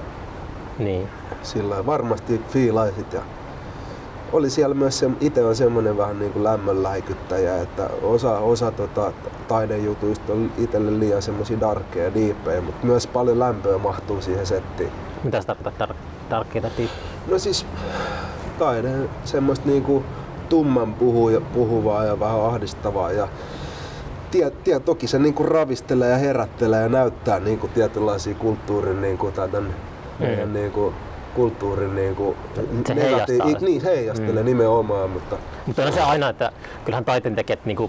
niin. Sillä varmasti fiilaisit ja oli siellä myös se, itse on semmoinen vähän niin kuin lämmönläikyttäjä, että osa, osa tota, taidejutuista on itselle liian semmosia darkkeja ja diippejä, mutta myös paljon lämpöä mahtuu siihen settiin. Mitä se tarkoittaa dar- darkkeita diippejä? No siis taide semmoista niinku tumman puhuja, puhuvaa ja vähän ahdistavaa ja tie, tie, toki se niinku ravistelee ja herättelee ja näyttää niinku tietynlaisia kulttuurin niinku tai tämän meidän mm. niinku kulttuurin niinku se heijastaa. I, niin heijastelee mm. nimenomaan, mutta mutta on se aina, että kyllähän taiteentekijät niinku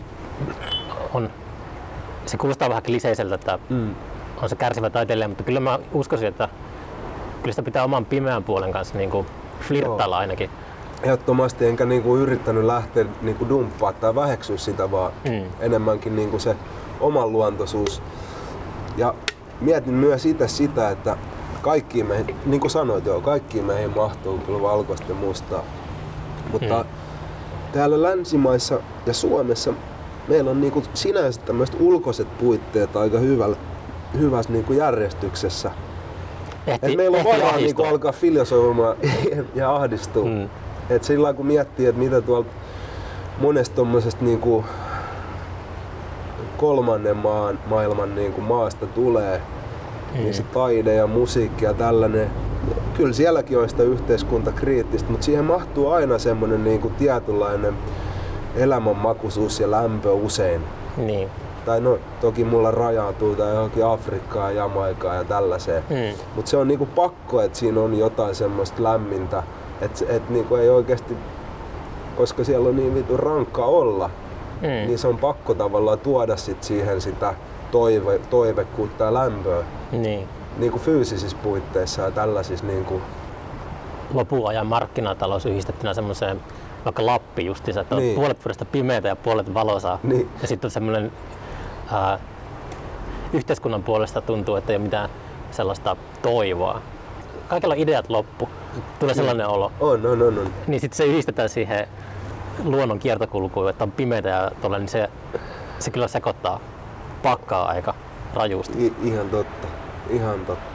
on, se kuulostaa vähän kliseiseltä, että mm. on se kärsivä taiteilija, mutta kyllä mä uskoisin, että kyllä sitä pitää oman pimeän puolen kanssa niinku flirttailla ainakin. Ehdottomasti, enkä niinku yrittänyt lähteä niinku dumppaa tai väheksyä sitä, vaan mm. enemmänkin niinku se oman luontoisuus. Ja mietin myös itse sitä, että kaikkiin meihin, niin kuin sanoit joo, kaikkiin meihin mahtuu kyllä valkoista ja mustaa. Mutta hmm. täällä länsimaissa ja Suomessa meillä on niinku sinänsä tämmöiset ulkoiset puitteet aika hyvällä, hyvässä niinku järjestyksessä. Ehti, et meillä on varaa niinku alkaa filosoimaan ja ahdistua. Hmm. Et sillä kun miettii, että mitä tuolta monesta tommosesta niinku kolmannen maan, maailman niinku maasta tulee, hmm. niin se taide ja musiikki ja tällainen, kyllä sielläkin on sitä yhteiskuntakriittistä, mutta siihen mahtuu aina semmoinen niinku tietynlainen elämänmakuisuus ja lämpö usein. Niin. Tai no toki mulla rajautuu tai johonkin Afrikkaan ja Jamaikaan ja tällaiseen. Mm. Mutta se on niinku pakko, että siinä on jotain semmoista lämmintä, että et niinku ei oikeasti, koska siellä on niin vitun rankka olla, mm. niin se on pakko tavallaan tuoda sit siihen sitä toive, toivekkuutta ja lämpöä. Niin. Niinku fyysisissä puitteissa ja tällaisissa niinku. Lopun ajan markkinatalous yhdistettynä semmoiseen vaikka Lappi justiinsa, että niin. on puolet vuodesta pimeätä ja puolet valosaa. Niin. Ja sitten on semmoinen ää, yhteiskunnan puolesta tuntuu, että ei ole mitään sellaista toivoa. Kaikilla ideat loppu. Tulee sellainen olo. On, on, on, on. Niin sitten se yhdistetään siihen luonnon kiertokulkuun, että on pimeätä ja tolle, niin se, se kyllä sekoittaa pakkaa aika rajusti. I, ihan totta. Ihan totta.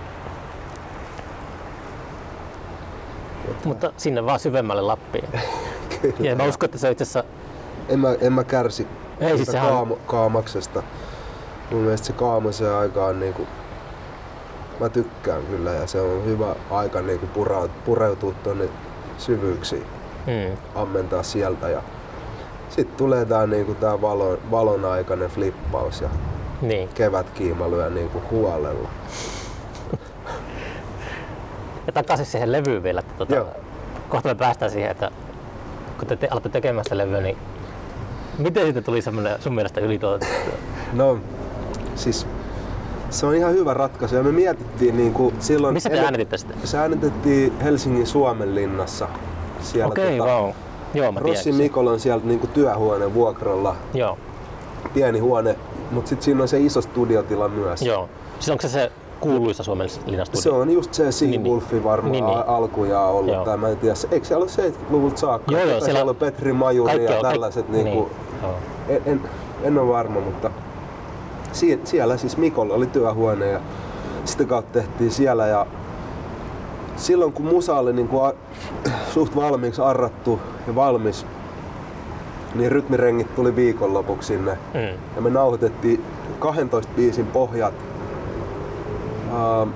Mutta sinne vaan syvemmälle Lappiin. Ja mä uskon, että se itse asiassa... En mä, en mä kärsi Ei, siis kaamo, kaamaksesta. Mun mielestä se kaamoisen aika on niinku... Mä tykkään kyllä ja se on hyvä aika niinku pureutua tonne syvyyksiin. Hmm. Ammentaa sieltä ja... Sitten tulee tää, niinku, tää valon, valon aikainen flippaus ja niin. kevätkiima lyö niinku huolella. Ja takaisin siihen levyyn vielä, että tuota, kohta me päästään siihen, että kun te, te alatte tekemään sitä levyä, niin miten siitä tuli semmoinen sun mielestä ylituotettu? No siis se on ihan hyvä ratkaisu ja me mietittiin niinku silloin... Missä te ennen, äänetitte sitä? Se äänetettiin Helsingin Suomenlinnassa. Okei, okay, wow. Joo, mä Rossin Mikolla on sieltä niinku työhuoneen vuokralla. Joo. Pieni huone, mutta sitten siinä on se iso studiotila myös. Joo. Siis onko se se kuuluisa Suomenlinnan studio? Se on just se Seawolfi niin, varmaan niin, niin. alkujaan ollut. Joo. Tai mä en tiedä, eikö siellä ole seitsemänkymmentäluvulta saakka? Joo, joo. Siellä, siellä on Petri Majuri ja tällaiset. Kaik... Niinku, niin. en, en, en ole varma, mutta sie, siellä siis Mikolla oli työhuone ja sitä kautta tehtiin siellä. Ja silloin kun musa oli niinku a, suht valmiiksi arrattu ja valmis, niin rytmirengit tuli viikonlopuksi sinne. Mm. Ja me nauhoitettiin kahdentoista biisin pohjat. Um,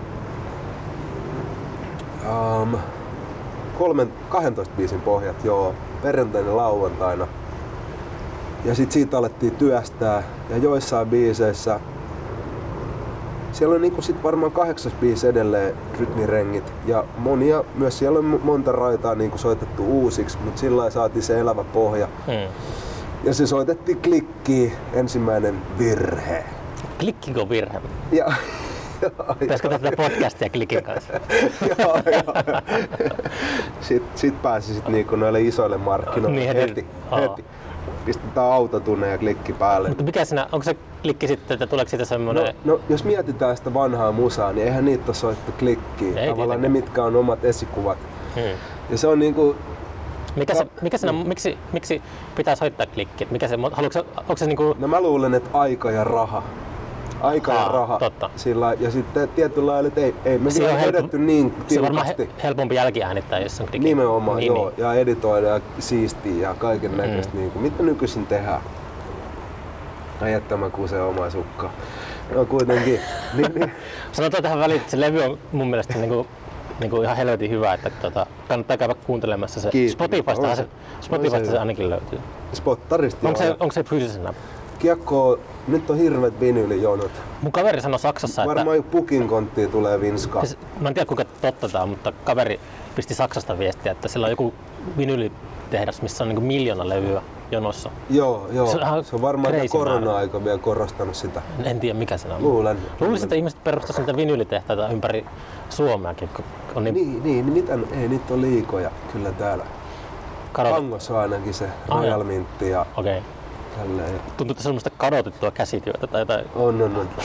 um, kolmen, kahdentoista biisin pohjat, joo, perjantaina ja lauantaina. Ja sit siitä alettiin työstää ja joissain biiseissä siellä on niinku sit varmaan kahdeksas biisi edelleen rytmirengit ja monia, myös siellä on monta raitaa niinku soitettu uusiksi, mutta sillä lailla saatiin se elävä pohja. Hmm. Ja se soitettiin klikkiin, ensimmäinen virhe. Klikkiko virhe? Ja pitäisikö tätä podcastia Klikin kanssa? Joo, joo. Sitten sit pääsi sit niinku noille isoille markkinoille niin, heti. heti. Pistetään autotunne ja klikki päälle. Mutta mikä siinä, onko se klikki sitten, että tuleeko siitä semmoinen... No, no jos mietitään sitä vanhaa musaa, niin eihän niitä ole soittu klikkiin. Ei, tavallaan ne, mitkä on omat esikuvat. Hmm. Ja se on niinku... Mikä se, mikä siinä, hmm. miksi, miksi pitää soittaa klikkiä? Mikä se, haluatko, onko se niinku... No mä luulen, että aika ja raha. Aika Aa, ja raha. Totta. Sillä, ja sitten tietyllä lailla, että ei, ei me vielä edetty niin tiukasti. Se on varmaan he, helpompi jälkiäänittää, jos on klikki. Nimenomaan, niin, joo. Niin. Ja editoida ja siistiä ja kaiken näköistä. Mm. Niin kuin, mitä nykyisin tehdään? Ajattama kuin se oma sukka. No kuitenkin. niin, niin. Sanotaan tähän väliin, että se levy on mun mielestä niinku, niinku ihan helvetin hyvä, että tota, kannattaa käydä kuuntelemassa se. Kiitos. Spotifysta se, Spotifysta se, se ainakin löytyy. Spottarista onko se, onko se fyysisenä? Kiekko, nyt on hirveet vinyylijonot. Mun kaveri sanoi Saksassa, varmaan että... Varmaan pukin konttiin tulee vinskaa. Siis, mä en tiedä kuinka totta tää on, mutta kaveri pisti Saksasta viestiä, että sillä on joku vinyylitehdas, missä on niinku miljoona levyä jonossa. Joo, joo. Se on, se on varmaan korona-aika vielä korostanut sitä. En tiedä mikä se on. Luulen. Luulisin, että ihmiset perustaisivat niitä vinyylitehtaita ympäri Suomeakin. On niin... Niin, niin, mitä, ei niitä on liikoja kyllä täällä. Kadot... Kangossa ainakin se Royal Mintti ja... Okay. Tälleen. Tuntuu, että se on semmoista kadotettua käsityötä tai jotain. On, on, on.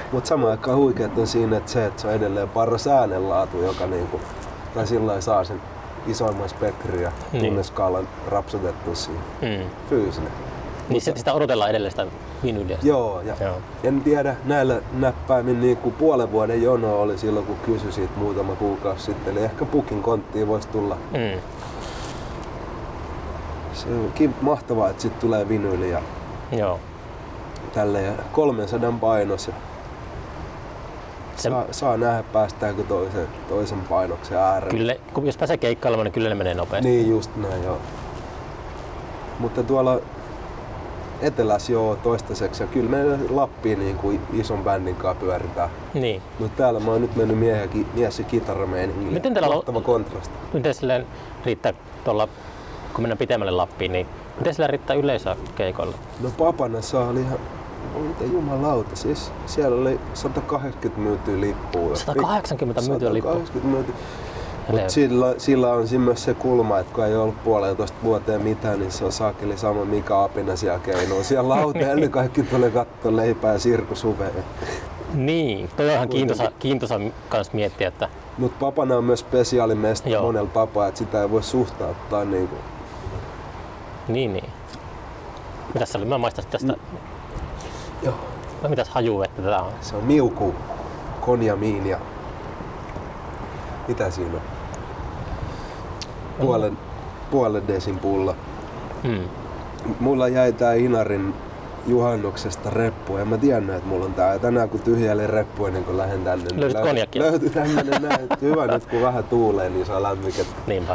Mut samaan aikaan huikeet on siinä, että se, että se on edelleen paras äänenlaatu, joka niinku, tai sillä saa sen isoimman spektrin ja Niin. tunneskaalan rapsutettua siihen. Mm. Fyysinen. Niin se, sitä odotellaan edelleen sitä vinyliä. Joo, ja Joo. en tiedä, näillä näppäimin niin kuin puolen vuoden jono oli silloin, kun kysyi siitä muutama kuukausi sitten. Eli ehkä Pukin konttiin voisi tulla. Mm. Se on mahtavaa, että sitten tulee vinyli ja Joo. tälleen ja kolmesataa painos. Ja Se, saa, saa nähdä, päästäänkö toisen, toisen painoksen ääreen. kyllä, kun jos pääsee keikkailemaan, niin kyllä ne menee nopeasti. Niin, just näin, joo. Mutta tuolla etelässä joo toistaiseksi ja kyllä me Lappiin niin kuin ison bändin kanssa pyöritään. Niin. Mutta täällä mä oon nyt mennyt mie- ja ki- mies- ja kitarameiningille. Miten teillä on- Mahtava kontrasti. Miten silleen riittää tuolla, kun mennään pitemmälle Lappiin, niin miten sillä riittää yleisöä keikoilla? No Papanassa oli ihan, mitä jumalauta, siis siellä oli sata kahdeksankymmentä myytyä lippua. sata kahdeksankymmentä myytyä lippua. sata kahdeksankymmentä myytyä. Hele- Sillä, sillä on siinä myös se kulma, että kun ei ollut puolentoista vuoteen mitään, niin se on saakeli sama Mika Apina siellä keinuu. Siellä lauteella kaikki tulee katsoa leipää ja sirkusuveen. Niin, toi on ihan kiintoisa, kiintoisa kans miettiä, että Mutta Papana on myös spesiaalimesta Joo. monella tapaa, että sitä ei voi suhtauttaa niinku. niin niin. Mitäs se oli? Mä maistan tästä. Joo. No, mitäs hajuvettä tätä on? Se on miuku, konjamiin ja mitä siinä on? Puolen, puolen desin pulla. Mm. Mulla jäi tää Inarin juhannuksesta reppu. En mä tiennyt, että mulla on tää. Ja tänään kun tyhjäilin reppu ennen kuin lähden tänne. niin Löysit löy- konjakkia? Löytyi tämmönen näin. Hyvä nyt kun vähän tuulee, niin saa lämmikettä. Niinpä.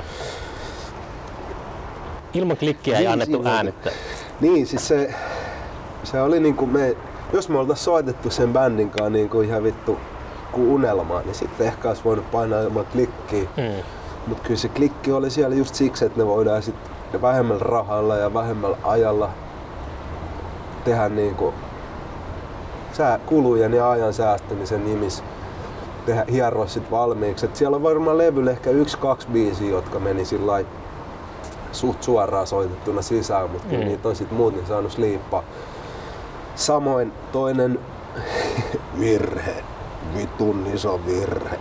Ilman klikkiä ei Niin, annettu siinä- äänettä. Niin, siis se, se oli niinku me, jos me oltais soitettu sen bändin kanssa niinku ihan vittu kuin unelmaa, niin sitten ehkä olisi voinut painaa ilman klikkiä. Mm. Mut kyllä se klikki oli siellä just siksi, että ne voidaan sitten vähemmällä rahalla ja vähemmällä ajalla tehdä niinku sää, kulujen ja ajan säästämisen nimissä tehdä hieroa sit valmiiksi. Et siellä on varmaan levyllä ehkä yksi, kaksi biisiä, jotka meni sillai suht suoraan soitettuna sisään, mutta kyllä Mm. niitä on sit muuten saanut sliippaa. Samoin toinen virhe, vitun iso virhe,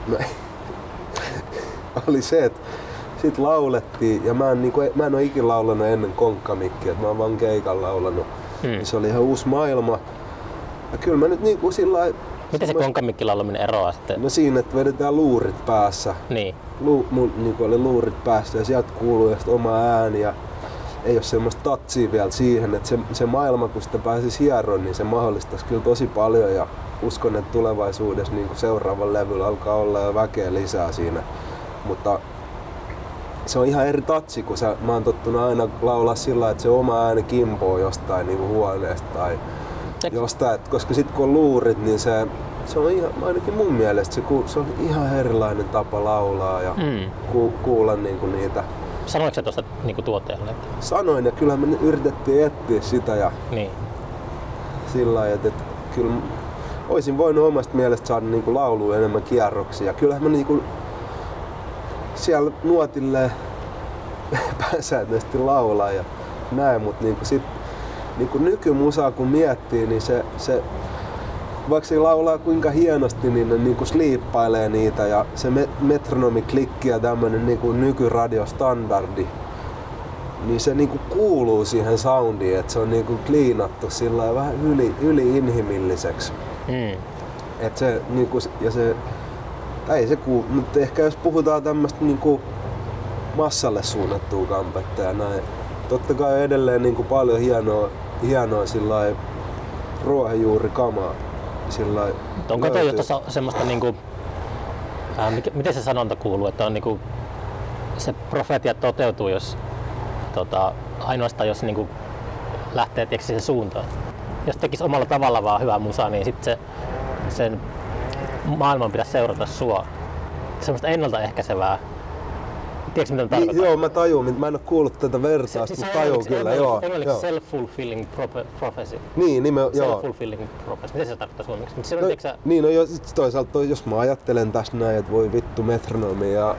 oli se, että sit laulettiin ja mä en, niinku, mä en oo ikin laulanut ennen konkkamikkiä, että mä oon vaan keikan laulanut. Mm. Se oli ihan uusi maailma. Ja kyllä mä nyt niinku sillai... Miten se konkamikki laulaminen eroaa sitten? No siinä, että vedetään luurit päässä. Niin. Lu, mun niinku oli luurit päässä ja sieltä kuuluu just oma ääni ja ei ole semmoista tatsia vielä siihen, että se, se maailma kun sitä pääsisi hieroon, niin se mahdollistaisi kyllä tosi paljon ja uskon, että tulevaisuudessa niin seuraavan levyllä alkaa olla jo väkeä lisää siinä. Mutta se on ihan eri tatsi, kun sä, mä oon tottunut aina laulaa sillä, että se oma ääni kimpoo jostain niin huoneesta tai Eks- jostain, että koska sit kun on luurit, niin se, se on ihan, ainakin mun mielestä se, ku- se on ihan erilainen tapa laulaa ja Mm. ku, kuulla niinku niitä. Sanoitko sä tuosta niinku tuottajalle? Että... Sanoin ja kyllä me yritettiin etsiä sitä ja Niin. sillä lailla, että, että kyllä olisin voinut omasta mielestä saada niinku laulua enemmän kierroksia. Kyllähän mä niinku siellä nuotille pääsääntöisesti laulaa ja näin, mutta niinku sit niinku nykymusaa kun miettii, niin se, se vaikka se laulaa kuinka hienosti, niin ne niinku sliippailee niitä ja se me- metronomiklikki ja tämmönen niinku nykyradiostandardi, niin se niinku kuuluu siihen soundiin, että se on niinku kliinattu sillä vähän yli, yli-inhimilliseksi. Mm. Et se, niinku, ja se, tai ei se kuulu, mutta ehkä jos puhutaan tämmöstä niinku massalle suunnattua kampetta ja näin. Totta kai edelleen niinku paljon hienoa, hienoa sillai ruohonjuurikamaa. Sillai Onko toi löytyy. jotain semmoista niinku, ää, mikä, miten se sanonta kuuluu, että on niinku, se profetia toteutuu, jos tota, ainoastaan jos niinku lähtee tiedätkö, siihen suuntaan. Jos tekisi omalla tavalla vaan hyvää musaa, niin sitten se, sen maailman pitäisi seurata sua. Semmoista ennaltaehkäisevää. Tiedätkö mitä Niin, tarkoittaa? joo, mä tajun, mä en oo kuullut tätä vertausta, Siis mutta tajun kyllä, joo. joo. self-fulfilling prope- prophecy. Niin, nime, joo. Self-fulfilling prophecy. Miten se tarkoittaa suomeksi? Mutta se on, No, tiedätkö sä- niin, no jo, sit toisaalta toi, jos mä ajattelen tässä näin, että voi vittu metronomi ja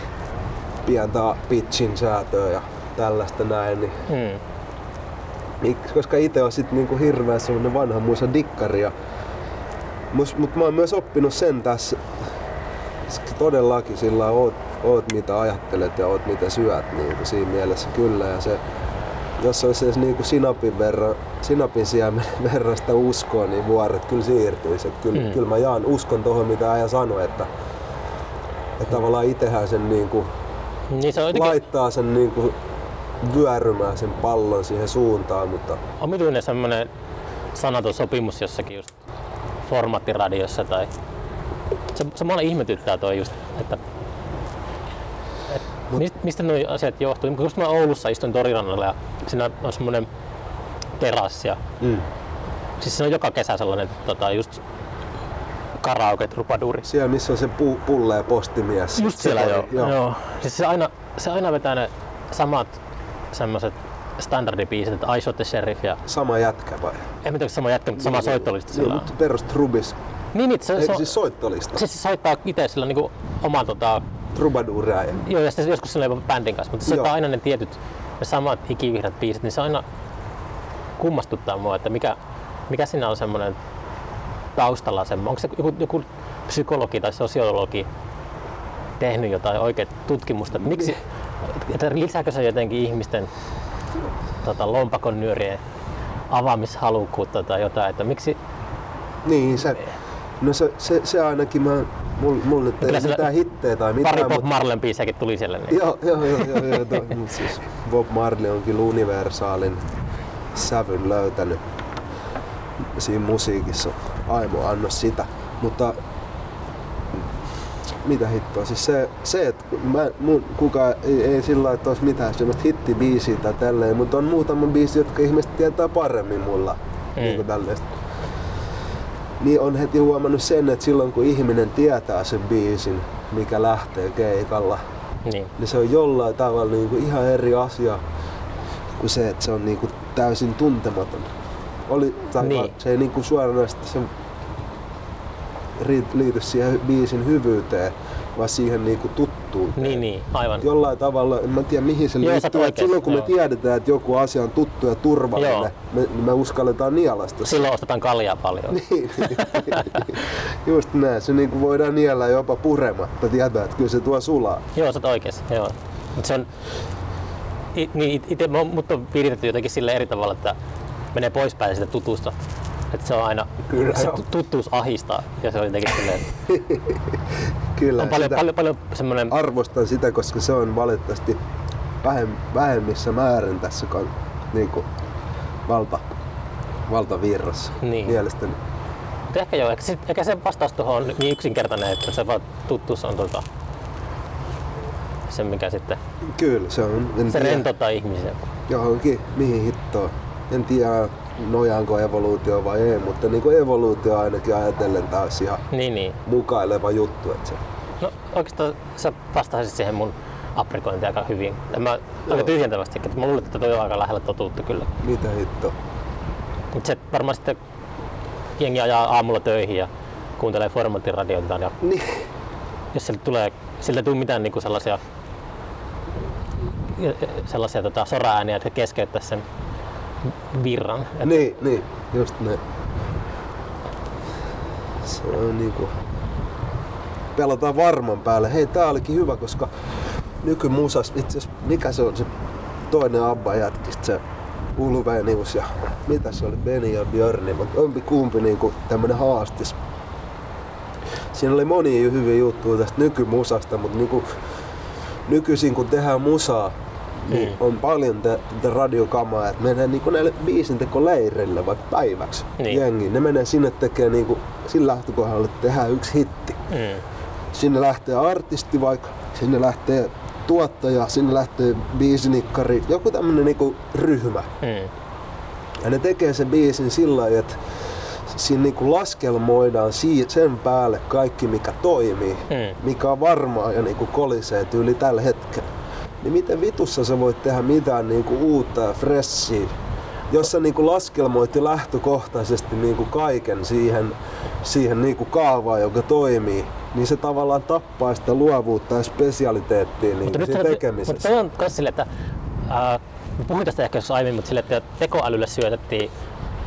pientä pitchin säätöä ja tällaista näin, niin Mm. Niin, koska itse on sit niinku hirveä semmonen vanha muisa dikkari ja Mutta mut mä oon myös oppinut sen tässä, todellakin sillä oot, oot mitä ajattelet ja oot mitä syöt niin siinä mielessä kyllä. Ja se, jos olisi edes niin sinapin, verran, sinapin sijaan verran sitä uskoa, niin vuoret kyllä siirtyisi. Kyllä, mm. kyllä mä jaan uskon tuohon mitä äijä sanoi, että, että tavallaan itsehän sen niin kuin niin se jotenkin laittaa sen niin kuin vyörymään sen pallon siihen suuntaan. Mutta omituinen semmoinen sanaton sopimus jossakin just formaattiradiossa tai se, se mua ihmetyttää toi just, että et, mistä, mistä nuo asiat johtuu. Just mä Oulussa istun Torirannalla ja siinä on semmoinen terassi ja mm. siis se on joka kesä sellainen tota, just karaoke trupaduri. Siellä missä on se pu, pullee postimies. Just siellä joo. joo. joo. Siis se aina, se aina vetää ne samat semmoset standardibiisit, että I Shot the Sheriff ja sama jätkä vai? En tiedä sama jätkä, mutta sama niin, soittolista sillä on. Niin, perus trubis. Niin, niin se, Eikö se siis soittolista? Se, se soittaa itse sillä niinku oman tota trubaduuria. Joo, ja sitten joskus sillä jopa bändin kanssa, mutta se soittaa aina ne tietyt ne samat ikivihreät biisit, niin se aina kummastuttaa mua, että mikä mikä siinä on semmoinen taustalla semmoinen. Onko se joku, joku psykologi tai sosiologi tehnyt jotain oikeaa tutkimusta, että miksi, että lisääkö se jotenkin ihmisten tota, lompakon nyörien avaamishalukkuutta tai jotain, että miksi? Niin, se, no se, se, se ainakin, mä, mulla mul nyt ei mitään hittejä tai mitään. Pari Bob Marleyn biisejäkin tuli siellä. Niin. Joo, joo, joo, joo, joo to, siis Bob Marley on kyllä universaalin sävyn löytänyt siinä musiikissa. Aimo anna sitä, mutta mitä hittoa, siis se, se että mä, mun, kukaan ei, ei sillä lailla, että olisi mitään semmoista hittibiisiä tai tälleen, mutta on muutama biisi, jotka ihmiset tietää paremmin mulla. Mm. Niin kuin tällaista. Niin on heti huomannut sen, että silloin kun ihminen tietää sen biisin, mikä lähtee keikalla, niin, niin se on jollain tavalla niin kuin ihan eri asia kuin se, että se on niin kuin täysin tuntematon. Oli, tai niin. Se ei niin kuin suoranaisesti se liity siihen biisin hyvyyteen, vaan siihen niinku tuttuuteen. Niin, niin, aivan. Jollain tavalla, en mä tiedä mihin se liittyy, että silloin kun joo. me tiedetään, että joku asia on tuttu ja turvallinen, me, me uskalletaan nielasta. Silloin ostetaan kaljaa paljon. niin, niin, just näin, se niinku voidaan niellä jopa purematta, tietää, että kyllä se tuo sulaa. Joo, sä oot oikees, joo. Mut se on, it, niin, ite, mut on viritetty jotenkin sille eri tavalla, että menee poispäin siitä tutusta. Että se on aina, kyllä, se tuttuus ahistaa ja se on jotenkin silleen. Kyllä, on paljon, paljon, paljon semmoinen. Arvostan sitä, koska se on valitettavasti vähem, vähemmissä määrin tässä niin kuin valta, valtavirrassa niin. mielestäni. Mutta ehkä joo, ehkä, ehkä se vastaus tuohon on niin yksinkertainen, että se vaan tuttuus on tota, se mikä sitten. Kyllä, se on. Se rentottaa ihmisiä. Johonkin, mihin hittoon. En tiedä nojaanko evoluutio vai ei, mutta niin kuin evoluutio ainakin ajatellen taas ihan niin, niin. mukaileva juttu. Että se. No oikeastaan sä vastasit siihen mun aprikointiin aika hyvin. Mä aika tyhjentävästi, että mä luulen, että toi on aika lähellä totuutta kyllä. Mitä hitto? Mut se varmaan sitten jengi ajaa aamulla töihin ja kuuntelee Formatin radioita ja niin. Jos sieltä tulee, sieltä ei tule mitään niinku sellaisia sellaisia tota, sora-ääniä, jotka keskeyttää sen virran. Niin, niin, just näin. Se on niinku. Pelataan varman päälle. Hei, tää olikin hyvä, koska nykymusas, itse mikä se on se toinen Abba jätkistä, se Ulvenius ja mitä se oli, Benny ja Björni, mutta ompi kumpi niinku tämmönen haastis. Siinä oli monia hyviä juttuja tästä nykymusasta, mutta niinku nykyisin kun tehdään musaa, niin mm. on paljon tätä radiokamaa, että menee niinku näille biisintekoleirille vaikka päiväksi niin. jengi. Ne menee sinne tekee niinku sillä lähtökohdalla, että tehdään yksi hitti. Mm. Sinne lähtee artisti vaikka, sinne lähtee tuottaja, sinne lähtee biisinikkari, joku tämmönen niinku ryhmä. Mm. Ja ne tekee sen biisin sillä lailla, että siinä niinku laskelmoidaan sen päälle kaikki mikä toimii, mm. mikä on varmaa ja niinku kolisee tyyli tällä hetkellä. Niin miten vitussa sä voit tehdä mitään niinku uutta ja freshia, jos sä niinku laskelmoit jo lähtökohtaisesti niinku kaiken siihen, siihen niinku kaavaan, joka toimii, niin se tavallaan tappaa sitä luovuutta ja spesialiteettia niinku siinä tekemisessä. Mutta se on myös sille, että äh, puhuin tästä ehkä jossain aiemmin, mutta sille, että tekoälylle syötettiin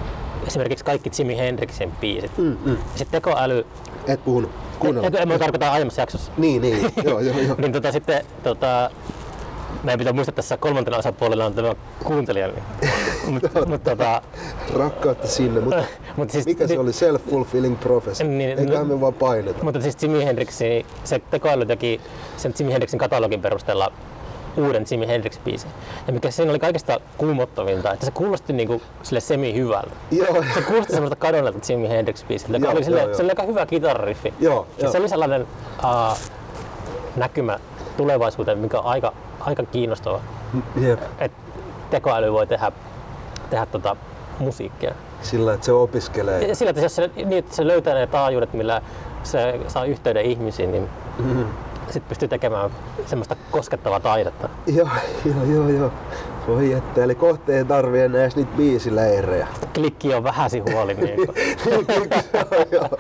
esimerkiksi kaikki Jimi Hendrixin biisit. Mm, mm. Sitten tekoäly... Et puhunut. Kuunnella. En mä tarkoita aiemmassa jaksossa. Niin, niin. joo, joo, joo. niin tota sitten tota, meidän pitää muistaa tässä kolmantena osapuolella on tämä kuuntelija. Niin. mut, mut, tota, Rakkautta sinne, mutta mut siis, mikä se oli? Self-fulfilling prophecy. Niin, Eiköhän me vaan paineta. Mutta siis Jimi Hendrixin, se tekoäly teki sen Jimi Hendrixin katalogin perusteella uuden Jimi Hendrix-biisin. Ja mikä siinä oli kaikista kuumottavinta, että se kuulosti niinku sille semi-hyvältä. Joo. Se kuulosti semmoista kadonnelta Jimi Hendrix-biisiltä, joka Joo, oli sille, joo, se oli aika hyvä kitarariffi. Joo, ja joo. se oli sellainen uh, näkymä tulevaisuuteen, mikä on aika, aika kiinnostava. Jep. Että tekoäly voi tehdä, tehdä tota musiikkia. Sillä, että se opiskelee. Ja sillä, että jos se, niin, että se löytää ne taajuudet, millä se saa yhteyden ihmisiin, niin mm-hmm. sitten pystyy tekemään semmoista koskettavaa taidetta. Joo, joo, joo, joo. Voi että, eli kohta ei tarvii enää edes niitä biisileirejä. Klikki on vähäsi huoli. Niin joo, joo.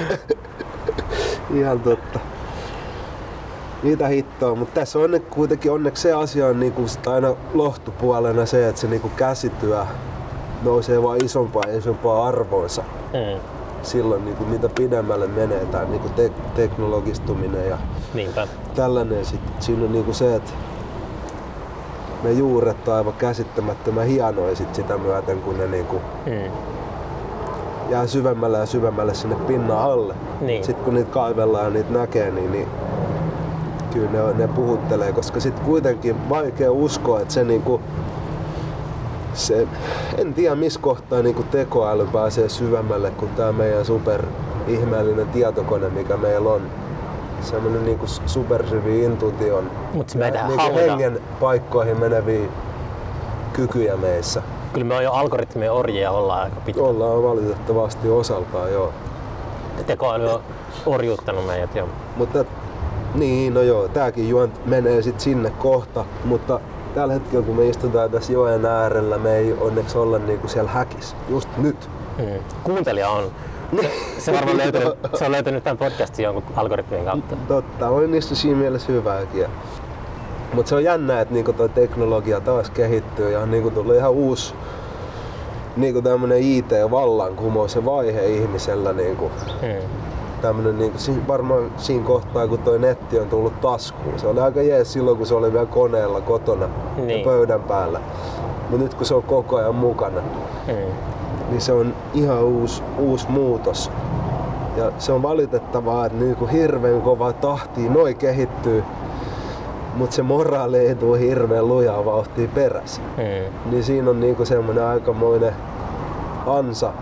Ihan totta. Mitä hittoa, mutta tässä on kuitenkin onneksi se asia on niinku aina lohtupuolena se, että se niinku käsityö nousee vaan isompaa ja isompaa arvoonsa. Mm. Silloin niinku, mitä pidemmälle menee tämä niinku te- teknologistuminen ja Niinpä. tällainen. Sit, siinä on niinku se, että ne juuret on aivan käsittämättömän hienoja sit sitä myöten, kun ne niinku mm. jää syvemmälle ja syvemmälle sinne pinnan alle. Niin. Sitten kun niitä kaivellaan ja niitä näkee, niin, niin kyllä ne, ne puhuttelee, koska sitten kuitenkin vaikea uskoa, että se niinku se, en tiedä missä kohtaa niinku tekoäly pääsee syvemmälle kuin tää meidän super ihmeellinen tietokone, mikä meillä on. Semmoinen niinku supersyvi intuition Mut me ja niinku hengen paikkoihin meneviä kykyjä meissä. Kyllä me on jo algoritmien orjia ollaan aika pitkään. Ollaan valitettavasti osaltaan, joo. Tekoäly on orjuuttanut meidät jo. Mutta niin, no joo, tääkin juont menee sit sinne kohta, mutta tällä hetkellä kun me istutaan tässä joen äärellä, me ei onneksi olla niinku siellä häkissä, just nyt. Mm. Kuuntelija on. Se, se, varmaan löytynyt, se on löytynyt tämän podcastin jonkun algoritmien kautta. Totta, on niistä siinä mielessä hyvääkin. Mutta se on jännä, että niinku toi teknologia taas kehittyy ja on niinku tullut ihan uusi niinku tämmönen I T-vallankumous ja vaihe ihmisellä. Niinku. Mm. Tämmönen, niinku, varmaan siinä kohtaa, kun toi netti on tullut taskuun. Se oli aika jees silloin, kun se oli vielä koneella kotona niin. ja pöydän päällä. Mutta nyt kun se on koko ajan mukana, mm. niin se on ihan uusi, uusi muutos. Ja se on valitettavaa, että niinku hirveän kova tahtiin noi kehittyy, mutta se moraali ei tule hirveän lujaa vauhtia perässä. Mm. Niin siinä on niinku semmoinen aikamoinen ansa.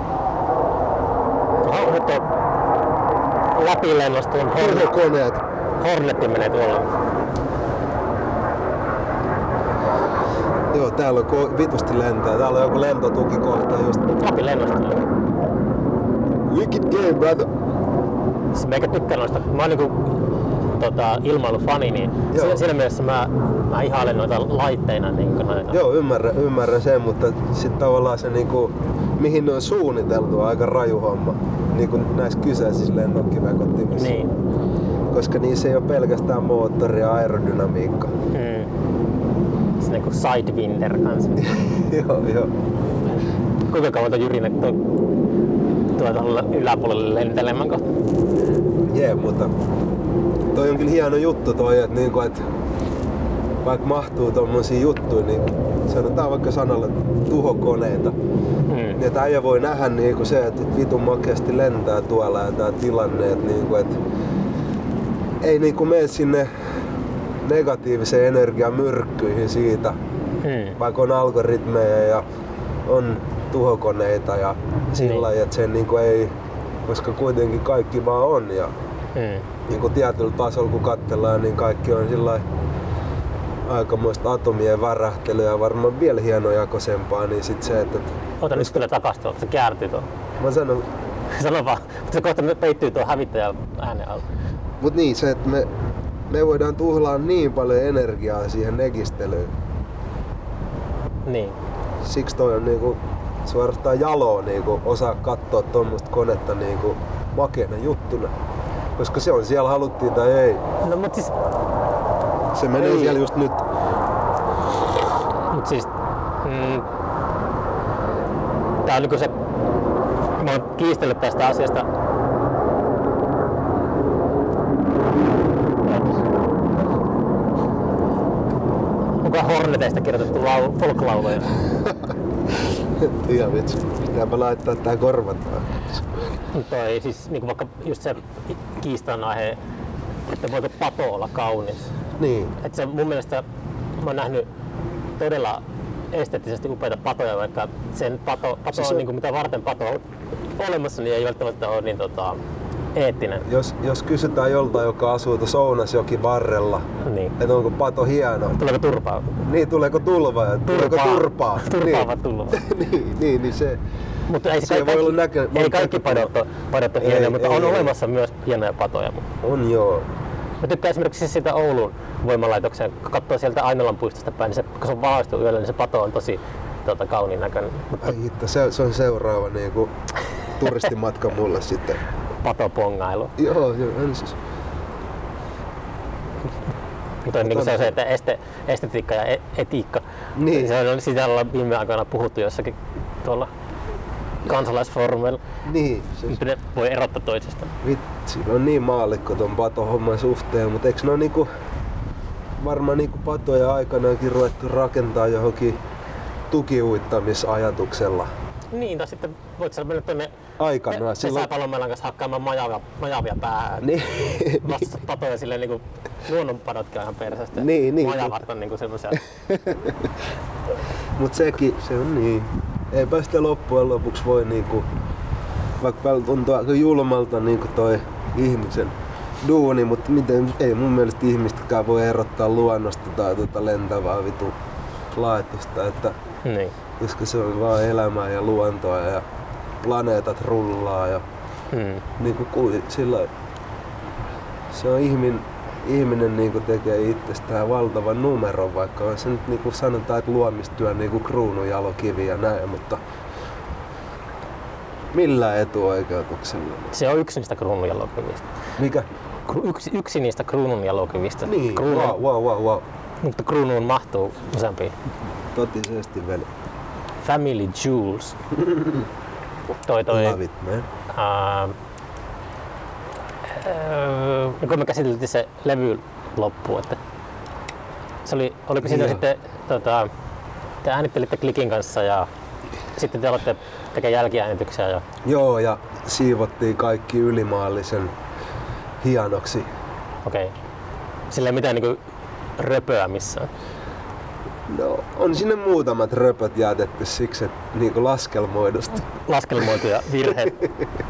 Oh, nyt on läpilennosta on Hornet. koneet. Hornetti menee tuolla. Joo, täällä on ko- vitusti lentää. Täällä on joku lentotukikohta just. Läpilennosta. Wicked game, brother. Siis meikä tykkää noista. Mä oon niinku tota, ilmailufani, niin siinä, siinä mielessä mä, mä ihailen noita laitteina. Niin noita. Joo, ymmärrän, ymmärrän sen, mutta sit tavallaan se niinku, mihin ne on suunniteltu on aika raju homma. Niin kuin näissä kyseisissä lennokkivekottimissa. Niin. Koska niissä ei ole pelkästään moottori ja aerodynamiikka. Mm. Se niinku sidewinder kanssa. joo, joo. Kuinka kauan tuo Jyrinä tuo, tuo tuolla yläpuolelle lentelemään kohta? Jee, mutta toi on kyllä hieno juttu toi, että niinku, et vaikka mahtuu tommosia juttuja, niin sanotaan vaikka sanalla tuhokoneita. Mm. Niin että äijä voi nähdä niinku se, että vitun makeasti lentää tuolla ja tää tilanne, että niinku, et ei niinku mene sinne negatiiviseen energian myrkkyihin siitä, mm. vaikka on algoritmeja ja on tuhokoneita ja sillä niin. Että sen niinku ei, koska kuitenkin kaikki vaan on ja mm. niinku tietyllä tasolla kun katsellaan, niin kaikki on sillä aikamoista atomien värähtelyä ja varmaan vielä hienojakoisempaa, niin sit se, että... Ota nyt kyllä takas tuolta, se käärtyy tuolla. Mä sanon... Sano vaan, mutta se kohta peittyy tuon hävittäjän äänen alla. Mut niin, se, että me, me voidaan tuhlaa niin paljon energiaa siihen negistelyyn. Niin. Siksi toi on niinku suorastaan jaloa niinku osaa katsoa tuommoista konetta niinku makeena juttuna. Koska se on siellä, haluttiin tai ei. No mut siis... Se menee ei. Siellä just nyt. Mut siis... Mm, tää on niinku se, mä oon kiistellyt tästä asiasta. Onko Horneteista kirjoitettu lau- folk-lauluja? Ihan vitsi, pitääpä laittaa tää korvataan. Toi siis niinku vaikka just se kiistan aihe, että voiko pato olla kaunis. Niin. Et se mun mielestä mä oon nähnyt todella esteettisesti upeita patoja, vaikka sen pato, pato Siis on on- niinku mitä varten pato on olemassa, niin ei välttämättä ole niin tota, eettinen. Jos, jos kysytään joltain, joka asuu tuossa Ounasjoki varrella, Niin. että onko pato hieno, Tuleeko turpaa? niin tuleeko tulva ja tuleeko turpaa? Turpaava niin. tulva. niin, niin, niin se. Mutta ei, se Siellä voi kaikki, olla näkö- ei kaikki padot ole, padot ole Ei, hienoja, mutta ei, on ei. olemassa myös hienoja patoja. On joo. Mä tykkään esimerkiksi sitä Oulun voimalaitoksen, kun katsoo sieltä Ainolan puistosta päin, niin se, kun se on valaistu yöllä, niin se pato on tosi tota, kauniin näköinen. Mutta Ai hitto, se, se on seuraava niinku turistimatka mulle sitten. patopongailu. Joo, joo, en siis. Mutta niin se on se, että este, estetiikka ja e- etiikka, Niin. se on, siitä ollaan viime aikoina puhuttu jossakin tuolla kansalaisfoorumeilla, Niin, siis mutta ne voi erottaa toisistaan. vitsi, ne on niin maallikko ton patohomman suhteen, mutta eikö ne ole niinku varmaan niinku patoja aikanaankin ruvettu rakentaa johonkin tukiuittamisajatuksella Niin, tai sitten voit sä mennä tuonne aikanaan. Silloin... pesäpallomelan kanssa hakkaamaan majavia, majavia päähän. Niin, Vasta patoja silleen niinku luonnonpadotkin on ihan persästä. Niin, niin. Majavat on niinku semmosia. mut sekin, se on niin. Eipä sitä loppujen lopuksi voi niinku, vaikka välillä tuntuu aika julmalta niinku toi ihmisen duuni, mutta miten, ei mun mielestä ihmistäkään voi erottaa luonnosta tai tuota lentävää vitu laitosta, että Niin. koska se on vaan elämää ja luontoa ja planeetat rullaa ja Hmm. niinku kui, sillä se on ihmin, ihminen niinku tekee itsestään valtavan numeron, vaikka on se nyt niinku sanotaan, että luomistyö niinku kruununjalokivi ja näin, mutta millään etuoikeutuksella. Se on yksi niistä kruununjalokivistä. Mikä? Kru- Yksi, yksi niistä kruununjalokivistä. Niin, Kruunu, wow, wow, wow, wow. Mutta kruunuun mahtuu useampia. Totisesti veli. Family Jewels. toi toi. Love it, man. Ää, öö, kun me käsiteltiin se levy loppuun, että se oli, oliko siinä Joo. sitten, tota, te äänittelitte Klikin kanssa ja sitten te aloitte tekemään jälkiäänityksiä ja Joo, ja siivottiin kaikki ylimaallisen hienoksi. okei. Okay. Sillä ei mitään niinku röpöä missään. No, on sinne muutamat röpöt jätetty siksi, että niinku laskelmoidusta. Laskelmoituja virheet.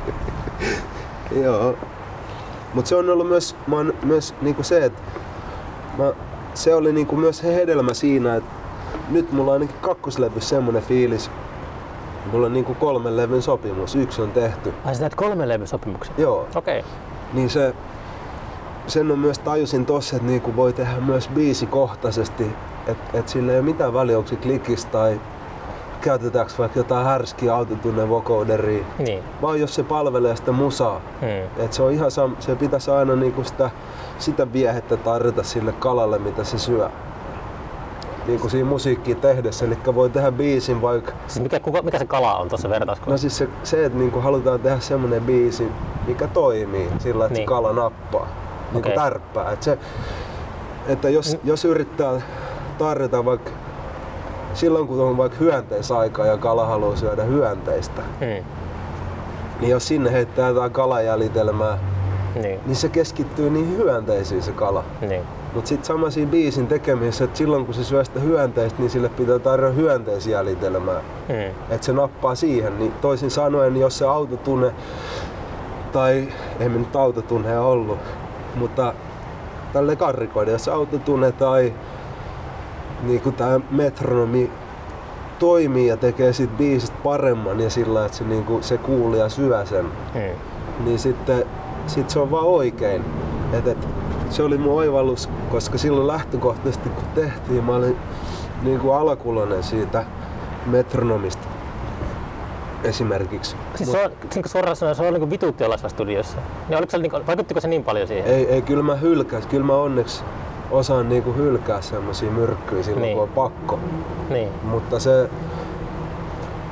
Joo. Mut se on ollut myös, mä oon myös niinku se, että mä, se oli niinku myös hedelmä siinä, että nyt mulla on ainakin kakkoslevyssä semmonen fiilis, mulla on niinku kolmen levyn sopimus, yksi on tehty. Ai sä teet kolmen levyn sopimuksen? Joo. Okei. Okay. Niin se, sen on myös tajusin tossa, että niinku voi tehdä myös biisikohtaisesti, että et sillä ei ole mitään väliä, onko se klikistä tai käytetäänkö vaikka jotain härskiä autotune vocoderia, Niin. vaan jos se palvelee sitä musaa. Hmm. Et se on ihan sam- se pitäisi aina niinku sitä, sitä viehettä tarjota sille kalalle, mitä se syö. Niinku siinä musiikkia tehdessä, eli voi tehdä biisin vaikka. Siis mikä, kuka, mikä se kala on tuossa vertauskuvassa? No siis se, se että niinku halutaan tehdä semmonen biisi, mikä toimii sillä, että Niin. se kala nappaa. Niinku Okei. tärppää. Et se, että jos, Mm. jos yrittää tarjota vaikka silloin kun on vaikka hyönteisaika ja kala haluaa syödä hyönteistä, Hmm. niin jos sinne heittää jotain kalajäljitelmää, Niin. niin se keskittyy niin hyönteisiin se kala. Niin. Mut sit sama siinä biisin tekemisessä, että silloin kun se syö sitä hyönteistä, niin sille pitää tarjota hyönteisjäljitelmää. Hmm. Että se nappaa siihen. Niin toisin sanoen, jos se autotune, tai ei me nyt autotunneja ollut, mutta tälle karrikoida, jos se autotune tai niinku tää metronomi toimii ja tekee sit biisistä paremman ja sillä, että se, niinku, se kuulija syö sen, Hmm. niin sitten sit se on vaan oikein. Et, et, se oli mun oivallus, koska silloin lähtökohtaisesti kun tehtiin, mä olin niinku alakuloinen siitä metronomista esimerkiksi. Siis se on, niin suoraan sanoen, se on niin vituutti olla siellä studiossa. Ja oliko se, niin, vaikuttiko se niin paljon siihen? Ei, ei kyllä mä hylkäs, kyllä mä onneksi osaan niinku hylkää semmosia myrkkyjä silloin Niin. kun on pakko. Niin. Mutta se,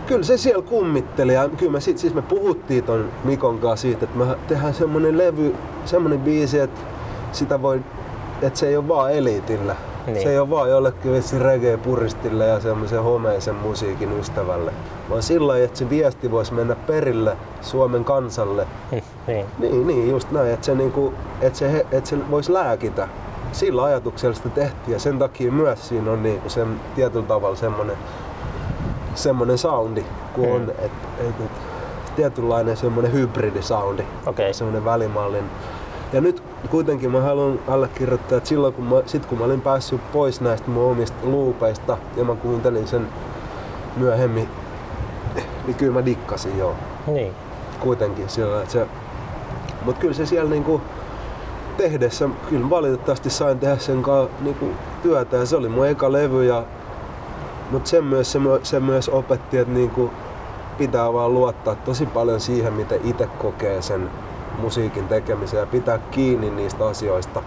Kyllä se siellä kummitteli ja kyllä me, sit, siis me puhuttiin ton Mikon kanssa siitä, että me tehdään semmonen levy, semmonen biisi, että sitä voi, että se ei ole vaan eliitillä. Niin. Se ei ole vaan jollekin reggae-puristille ja semmoisen homeisen musiikin ystävälle, vaan sillä lailla, että se viesti voisi mennä perille Suomen kansalle. niin. Niin, niin, just näin, että se, niinku, että se, että se voisi lääkitä. Sillä ajatuksella sitä tehtiin ja sen takia myös siinä on niinku sen tietyllä tavalla semmoinen semmoinen soundi, kun hmm. on, että et, et, tietynlainen semmoinen hybridisoundi, okay. semmoinen välimallin. Ja nyt kuitenkin mä haluan allekirjoittaa, että silloin kun mä, sit kun mä olin päässyt pois näistä mun omista luupeista ja mä kuuntelin sen myöhemmin, niin kyllä mä dikkasin joo. Niin. Kuitenkin sillä, että se, mut kyllä se siellä niinku tehdessä, kyllä valitettavasti sain tehdä sen kanssa niinku työtä ja se oli mun eka levy ja mut sen myös, se, se myös opetti, että niinku pitää vaan luottaa tosi paljon siihen, miten itse kokee sen musiikin tekemisen ja pitää kiinni niistä asioista.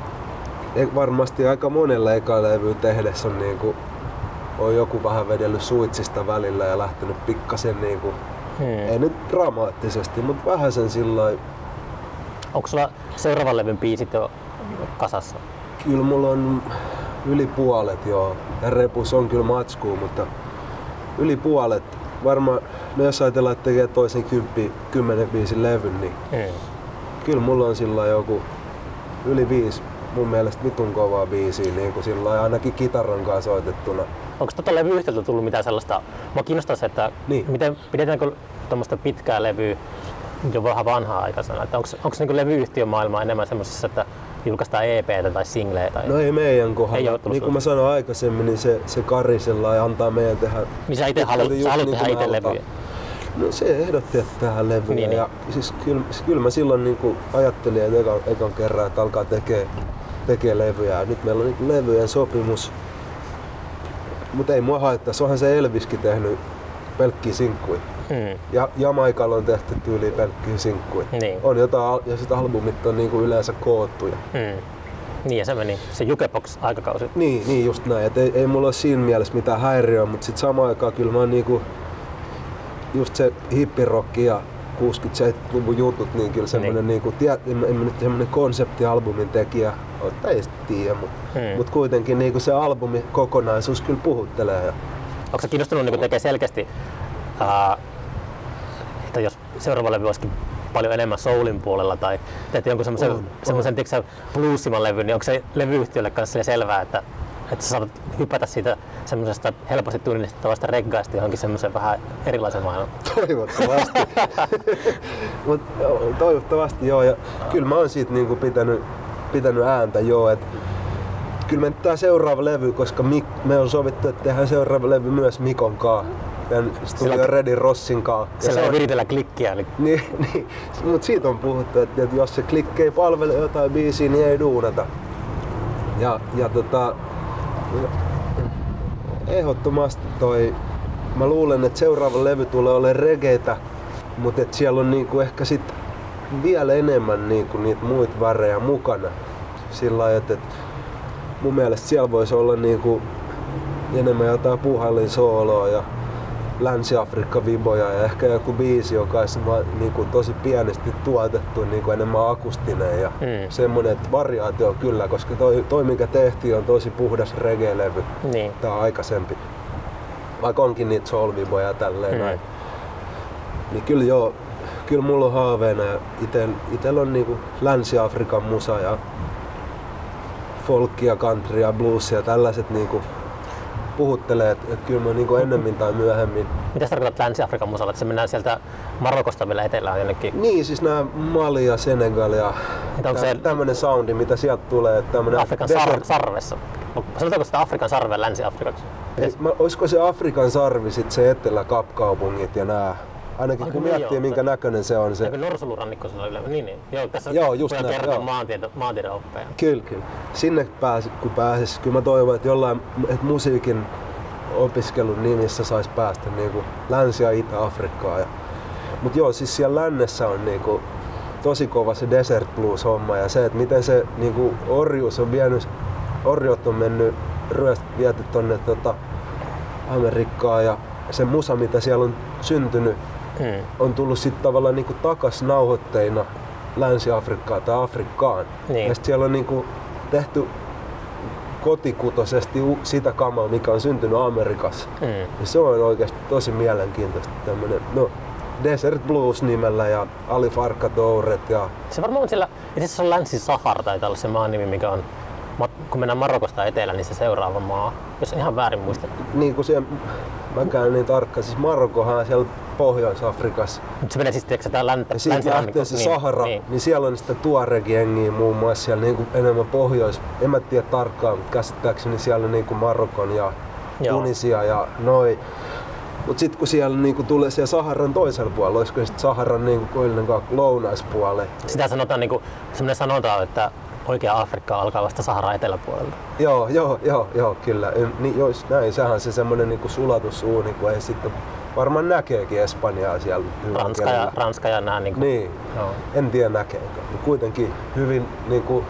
Varmasti aika monella eka levy tehdessä on, niinku, on joku vähän vedellyt suitsista välillä ja lähtenyt pikkasen, niinku, hmm. ei nyt dramaattisesti, mutta vähän sen sillai. Onko sulla seuraavan levyn biisit jo kasassa? Kyllä mulla on yli puolet joo. Ja repus on kyllä matskuu, mutta yli puolet. Varmaan, no jos ajatellaan, että tekee toisen kymppi, kymmenen biisin levyn, niin hmm. kyllä mulla on sillä joku yli viisi mun mielestä vitun kovaa biisiä, niin kuin sillä ainakin kitaran kanssa soitettuna. Onko tota levyyhtiöltä tullut mitään sellaista? Mua kiinnostaa se, että niin. miten, pidetäänkö tuommoista pitkää levyä jo vähän vanhaa aikaisena? Onko, onko niin levyyhtiön maailma enemmän semmoisessa, että julkaistaan E P:tä tai singleä? Tai... No ei meidän kohdalla. Niin kuin mä sanoin aikaisemmin, niin se, se karisella ja antaa meidän tehdä... Niin sä itse haluat niin tehdä itse levyjä? No se ehdotti, että tähän levyjä. Niin, ja niin. Siis kyllä, kyllä mä silloin niin kuin ajattelin, että ekan, ekan kerran, että alkaa tekee, tekee levyjä. Ja nyt meillä on niin kuin levyjen sopimus. Mutta ei mua haittaisi, onhan se Elviskin tehnyt pelkkiä sinkkuja. Hmm. Ja Jamaikalla on tehty tyyliin pelkkiä sinkkuja. Niin. On jotain, ja sit albumit on niinku yleensä koottuja. Hmm. Niin ja se meni, se Jukebox-aikakausi. Niin, niin just näin. Et ei, ei mulla ole siinä mielessä mitään häiriöä, mutta sit samaan aikaan kyllä mä oon niinku just se hippirokki ja kuusikymmentä-seitsemänkymmentäluvun jutut, niin kyllä semmonen niin. niinku, tiet, en, en nyt semmonen konseptialbumin tekijä, ei sitä tiedä, mutta hmm. mut kuitenkin niinku se albumi kokonaisuus kyllä puhuttelee. Ja... Onko sä kiinnostunut niinku tekee selkeästi, uh, että jos seuraava levy olisikin paljon enemmän soulin puolella tai teet jonkun semmoisen, on, semmoisen on. bluesiman levyn, niin onko se levyyhtiölle kanssa selvää, että, että sä saatat hypätä siitä semmoisesta helposti tunnistettavasta reggaista johonkin semmoisen vähän erilaisen maailman? Toivottavasti. Mut, toivottavasti joo, ja kyllä mä oon siitä niinku pitänyt, pitänyt ääntä joo, et kyllä me tää seuraava levy, koska Mik, me on sovittu, että tehdään seuraava levy myös Mikon kanssa. Ja Studio Redin Rossin kanssa. Siellä ei viritellä klikkiä. Eli... Niin, niin. Mutta siitä on puhuttu, että, että jos se klikki ei palvele jotain biisiä, niin ei duunata. Ja, ja tota, ehdottomasti toi, mä luulen, että seuraava levy tulee olemaan regeitä, mutta että siellä on niinku ehkä sit vielä enemmän niinku niitä muita värejä mukana. Sillä lailla, että, että mun mielestä siellä voisi olla niinku enemmän jotain puuhallin sooloa ja Länsi-Afrikka-viboja ja ehkä joku biisi, joka olisi niinku tosi pienesti tuotettu, niinku enemmän akustinen ja mm. semmonen, että variaatio kyllä, koska toi, toi mikä tehtiin on tosi puhdas reggae-levy. Niin. Tää on aikaisempi. Vaikka onkin niitä soul-viboja ja tälleen mm. näin. Niin kyllä joo, kyllä mulla on haaveena ja itel, itel on niinku Länsi-Afrikan musa ja folkia, country ja blues ja tällaiset niinku puhuttelee, että et kyllä mä niinku ennemmin tai myöhemmin. Mitä sä tarkoitat Länsi-Afrikan musalla, että se mennään sieltä Marokosta vielä etelään jonnekin? Niin, siis nää Mali ja Senegal ja tä- se... tämmönen soundi, mitä sieltä tulee. Afrikan sar- sarvessa. Sanotaanko sitä Afrikan sarven Länsi-Afrikaksi? Ei, mä, olisiko se Afrikan sarvi sit se Etelä-Kapkaupungit ja nää? Ainakin Aiku kun niin miettii, joo, minkä näköinen se on. Se... Eikö Norsulurannikko se on yleensä? Niin, niin. Joo, tässä joo, just näin, kertaa maantiedon oppeja. Kyllä, kyllä. Sinne pääsi, kun pääsis, kyllä mä toivon, että jollain, että musiikin opiskelun nimissä sais päästä niinku Länsi- ja Itä-Afrikkaan. Ja... Mut joo, siis siellä lännessä on niinku tosi kova se desert blues-homma ja se, että miten se niinku orjuus on vienyt, orjot on mennyt ryöst viety tonne tota, Amerikkaan ja se musa, mitä siellä on syntynyt, hmm. on tullut sitten tavallaan niinku takas nauhoitteina Länsi-Afrikkaan tai Afrikkaan. Niin. Ja sit siellä on niinku tehty kotikutoisesti sitä kamaa, mikä on syntynyt Amerikassa. Hmm. Ja se on oikeasti tosi mielenkiintoista tämmönen, no Desert Blues nimellä ja Ali Farka Touret ja... Se varmaan on siellä, itse asiassa on Länsi-Sahara taitaa olla se maan nimi, mikä on, kun mennään Marokosta etelään, niin se seuraava maa, jos ihan väärin muistan. Niin kuin siellä, mä käyn niin tarkkaan, siis Marokkohan on siellä Pohjois-Afrikassa. Mutta se menee siis tiedätkö tää läntä, ja siitä lähtee se Sahara, niin, niin siellä on sitä Tuareg-jengiä muun muassa siellä niin kuin enemmän pohjois, en mä tiedä tarkkaan, mutta käsittääkseni siellä on niin kuin Marokon ja Tunisia ja noi. Mut sit kun siellä niinku tulee siellä Saharan toisella puolella, olisiko sit Saharan niinku lounaispuolelle? Sitä sanotaan niinku, semmoinen sanotaan, että oikea Afrikka alkaa vasta Saharan eteläpuolelta. Joo, joo, joo, joo, kyllä. Niin, jos näin, sehän on se semmoinen niinku sulatusuuni, kun ei sitten varmaan näkeekin Espanjaa siellä. Ranska ja, Ranska ja nää niinku. Niin, joo. En tiedä näkeekö. Kuitenkin hyvin niinku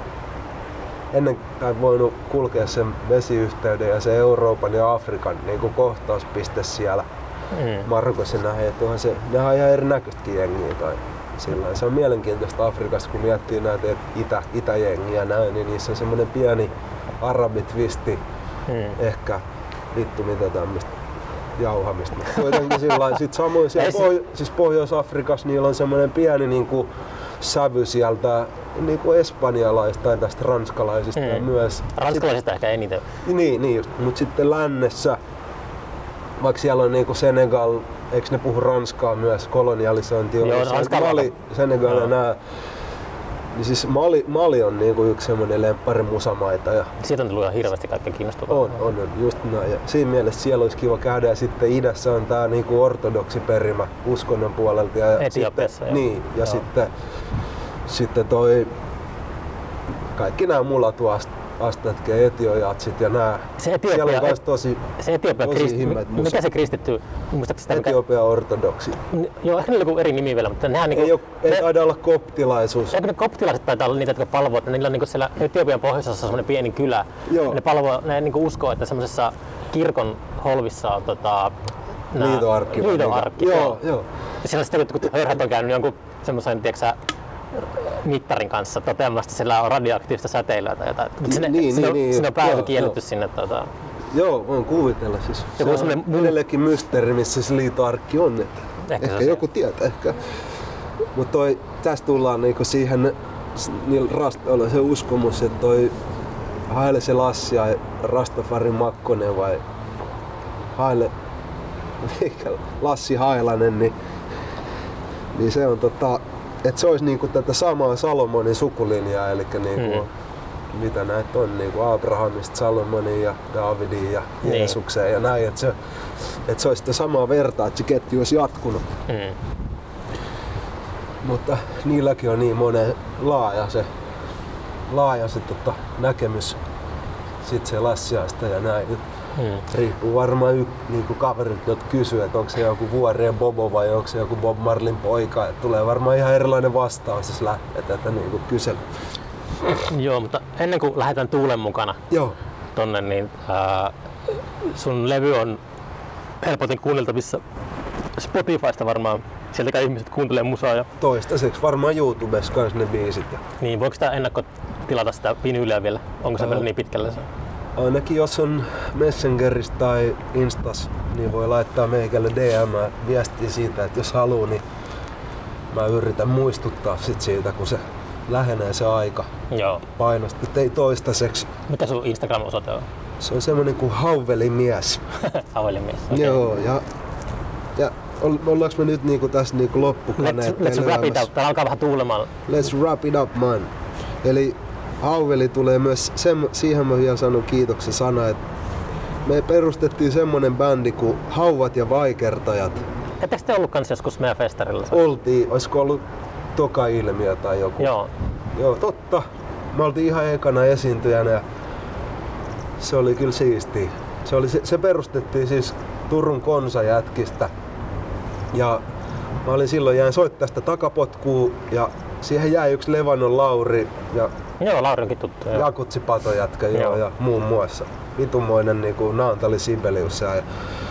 ennen kai voinut kulkea sen vesiyhteyden ja se Euroopan ja Afrikan niinku kohtauspiste siellä. Mm. Marokossa nähdään, että onhan se, nehän on ihan erinäköistäkin jengiä tai sillä. Se on mielenkiintoista Afrikassa, kun miettii näitä itä, itäjengiä näin, niin niissä on semmoinen pieni arabitvisti, mm. ehkä vittu mitä tämmöistä jauhamista. Kuitenkin sillä sit samoin siellä Pohjo- siis Pohjois-Afrikassa niillä on semmoinen pieni niinku sävy sieltä niinku espanjalaista tai tästä ranskalaisista mm. ja myös. Ranskalaisista ehkä eniten. Niin, niin just, mut sitten lännessä vaikka siellä on niinku Senegal, eikö ne puhu ranskaa myös, kolonialisointi on Mali, Senegal ja nää. Niin siis Mali, Mali on niinku yksi semmoinen lemppari musamaita. Ja siitä on tullut ihan hirveästi kaikkea kiinnostavaa. On, on, on, just näin. Ja siinä mielessä siellä olisi kiva käydä ja sitten idässä on tää niinku ortodoksiperimä uskonnon puolelta. Ja Etiopiassa, sitten, niin, ja sitten, sitten toi kaikki nämä mulatuast. Astatke, etiojatsit ja nää. Se Etiopia, siellä on kans tosi, se Etiopia tosi kristi, himmet musa. Mikä se kristitty? Sitä, Etiopia ortodoksi. Joo, ehkä niillä on joku eri nimi vielä, mutta nehän ei, niinku... Ei, ei taida olla koptilaisuus. Eikö ne koptilaiset taitaa olla niitä, jotka palvoo, että niillä on niinku siellä Etiopian pohjoisessa semmoinen pieni kylä. Joo. Ne palvoo, ne niinku uskoo, että semmoisessa kirkon holvissa on tota... Liitoarkki. Liitoarkki, joo, joo. joo. Ja siellä sitten kun hörhät on käynyt jonkun semmoisen, tiiäksä, mittarin kanssa toteamasta, sillä on radioaktiivista säteilyä tai jotain. Mutta sinne, niin, sinne, niin, sinne niin, on pääsy joo, kielletty joo. sinne. Tuota. Joo, voin kuvitella. Siis se on semmoinen... edelleenkin mysteeri, missä se liitoarkki on. Että ehkä ehkä joku tietää. Ehkä. Mutta tästä tullaan niinku siihen niillä rastoilla se uskomus, että toi Haile Selassie ja Rastafari Makkonen vai Haile, Lassi Hailanen, niin, niin se on tota, että se olisi niinku tätä samaa Salomonin sukulinjaa, eli niinku, hmm. mitä näitä on, niinku Abrahamista Salomonin ja Davidin ja niin. Jeesukseen ja näin, että se, et se olisi sitä samaa vertaa, että se ketju olisi jatkunut. Hmm. Mutta niilläkin on niin monen laaja se, laaja se tota, näkemys sit se Lassiasta ja näin. Hmm. Riippuu varmaan y- niinku kaverit, jotka kysyy, että onko se joku Vuorien Bobo vai onko se joku Bob Marlin poika. Et tulee varmaan ihan erilainen vastaus, jos lähtee tätä niinku kysellä. Joo, mutta ennen kuin lähdetään Tuulen mukana Joo. tonne, niin ää, sun levy on helpotin kuunneltavissa Spotifysta varmaan. Sieltäkään ihmiset kuuntelee musaa. Ja... Toistaiseksi varmaan YouTubessa kans ne biisit. Ja... Niin, voiko sitä ennakko tilata sitä vinyyliä vielä? Onko se uh, vielä niin pitkällä se? Ainakin jos on Messengerissa tai Instas, niin voi laittaa meikälle D M viestiä siitä, että jos haluaa, niin mä yritän muistuttaa sit siitä, kun se lähenee se aika. Joo. Painosta, että ei toistaiseksi. Mikä sun Instagram-osoite on? Se on semmonen kuin Hauvelimies. Hauvelimies, okei. Okay. Joo, ja, ja ollaanko me nyt niinku tässä niinku loppukaneetteen Let's, let's wrap it up, täällä alkaa vähän tuulemaan. Let's wrap it up, man. Eli Hauveli tulee myös, sen, siihen mä vielä sanon kiitoksen sana, että me perustettiin semmonen bändi kuin Hauvat ja Vaikertajat. Ettekö te ollut kans joskus meidän festarilla? Oltiin, olisiko ollut Toka Ilmiö tai joku? Joo. Joo, totta. Me oltiin ihan ekana esiintyjänä ja se oli kyllä siistiä. Se, oli, se, se perustettiin siis Turun Konsa-jätkistä. Ja mä olin silloin jäin soittaa sitä takapotkuun ja siihen jäi yksi Levanon Lauri ja joo, Lauri onkin tuttu. Jakutsi Patojätkä joo, ja muun muassa. Vitumoinen niinku Naantali Sibelius. Ja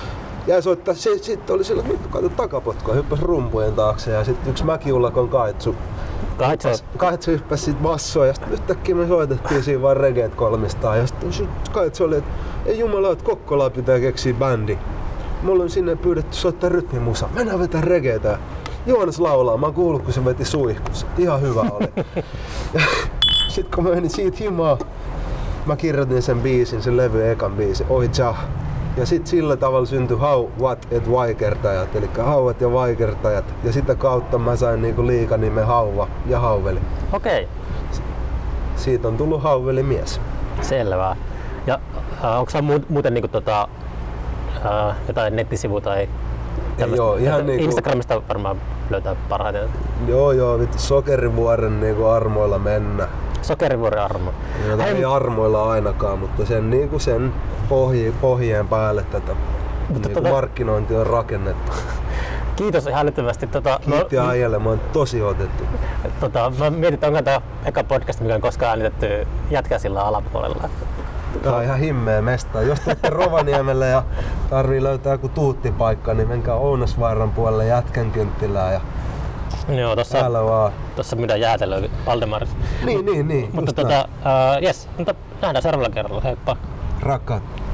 jäi soittaa, sitten sit oli sillä, että nyt kato takapotkua, hyppäsi rumpujen taakse ja sitten yksi Mäkiullakon kaitsu. Kaitsu? Kaitsu hyppäsi sit bassoon ja sitten yhtäkkiä me soitettiin siinä vaan regeet kolmistaan. Ja sitten kaitsu oli, että ei jumala, että Kokkola pitää keksiä bändi. Mulla on sinne pyydetty soittaa rytmimusa. Mennään vetää regeetä. Joonas laulaa, mä oon kuullut kun se veti suihkussa. Ihan hyvä oli. Sitten kun mä menin siitä himaa, mä kirjoitin sen biisin, sen levy ekan biisin, Oi ja. Ja sit sillä tavalla syntyi How, What et Vaikertajat, eli Hauvat ja Vaikertajat. Ja sitä kautta mä sain niinku liikanimen Hauva ja Hauveli. Okei. Okay. Siitä on tullut Hauveli-mies. Selvä. Ja äh, onko sä muuten niinku tota, äh, jotain nettisivu tai Ei joo, ihan niinku... Instagramista varmaan löytää parhaiten. Joo joo, vittu Sokerivuoren niinku armoilla mennä. Sokerivuoren armo. Jota ei armoilla ainakaan, mutta sen, niinku sen pohji, pohjien päälle tätä niinku tota... markkinointi on rakennettu. Kiitos ihan älyttömästi. Tota, Kiitti no, äijälle, mä oon tosi otettu. Tota, mä mietin, onko tämä eka podcast, mikä on koskaan äänitetty Jätkäsillan alapuolella. Tää on ihan himmeä mesta. Jos tuutte Rovaniemelle ja tarvii löytää joku tuuttipaikka, niin menkää Ounasvaaran puolelle Jätkänkynttilään. Ja joo, tossa, tossa myydään jäätelöä Valdemarissa. Niin, niin, niin. Mutta tota, uh, jes, mutta nähdään seuraavalla kerralla. Heippa. Rakkaat.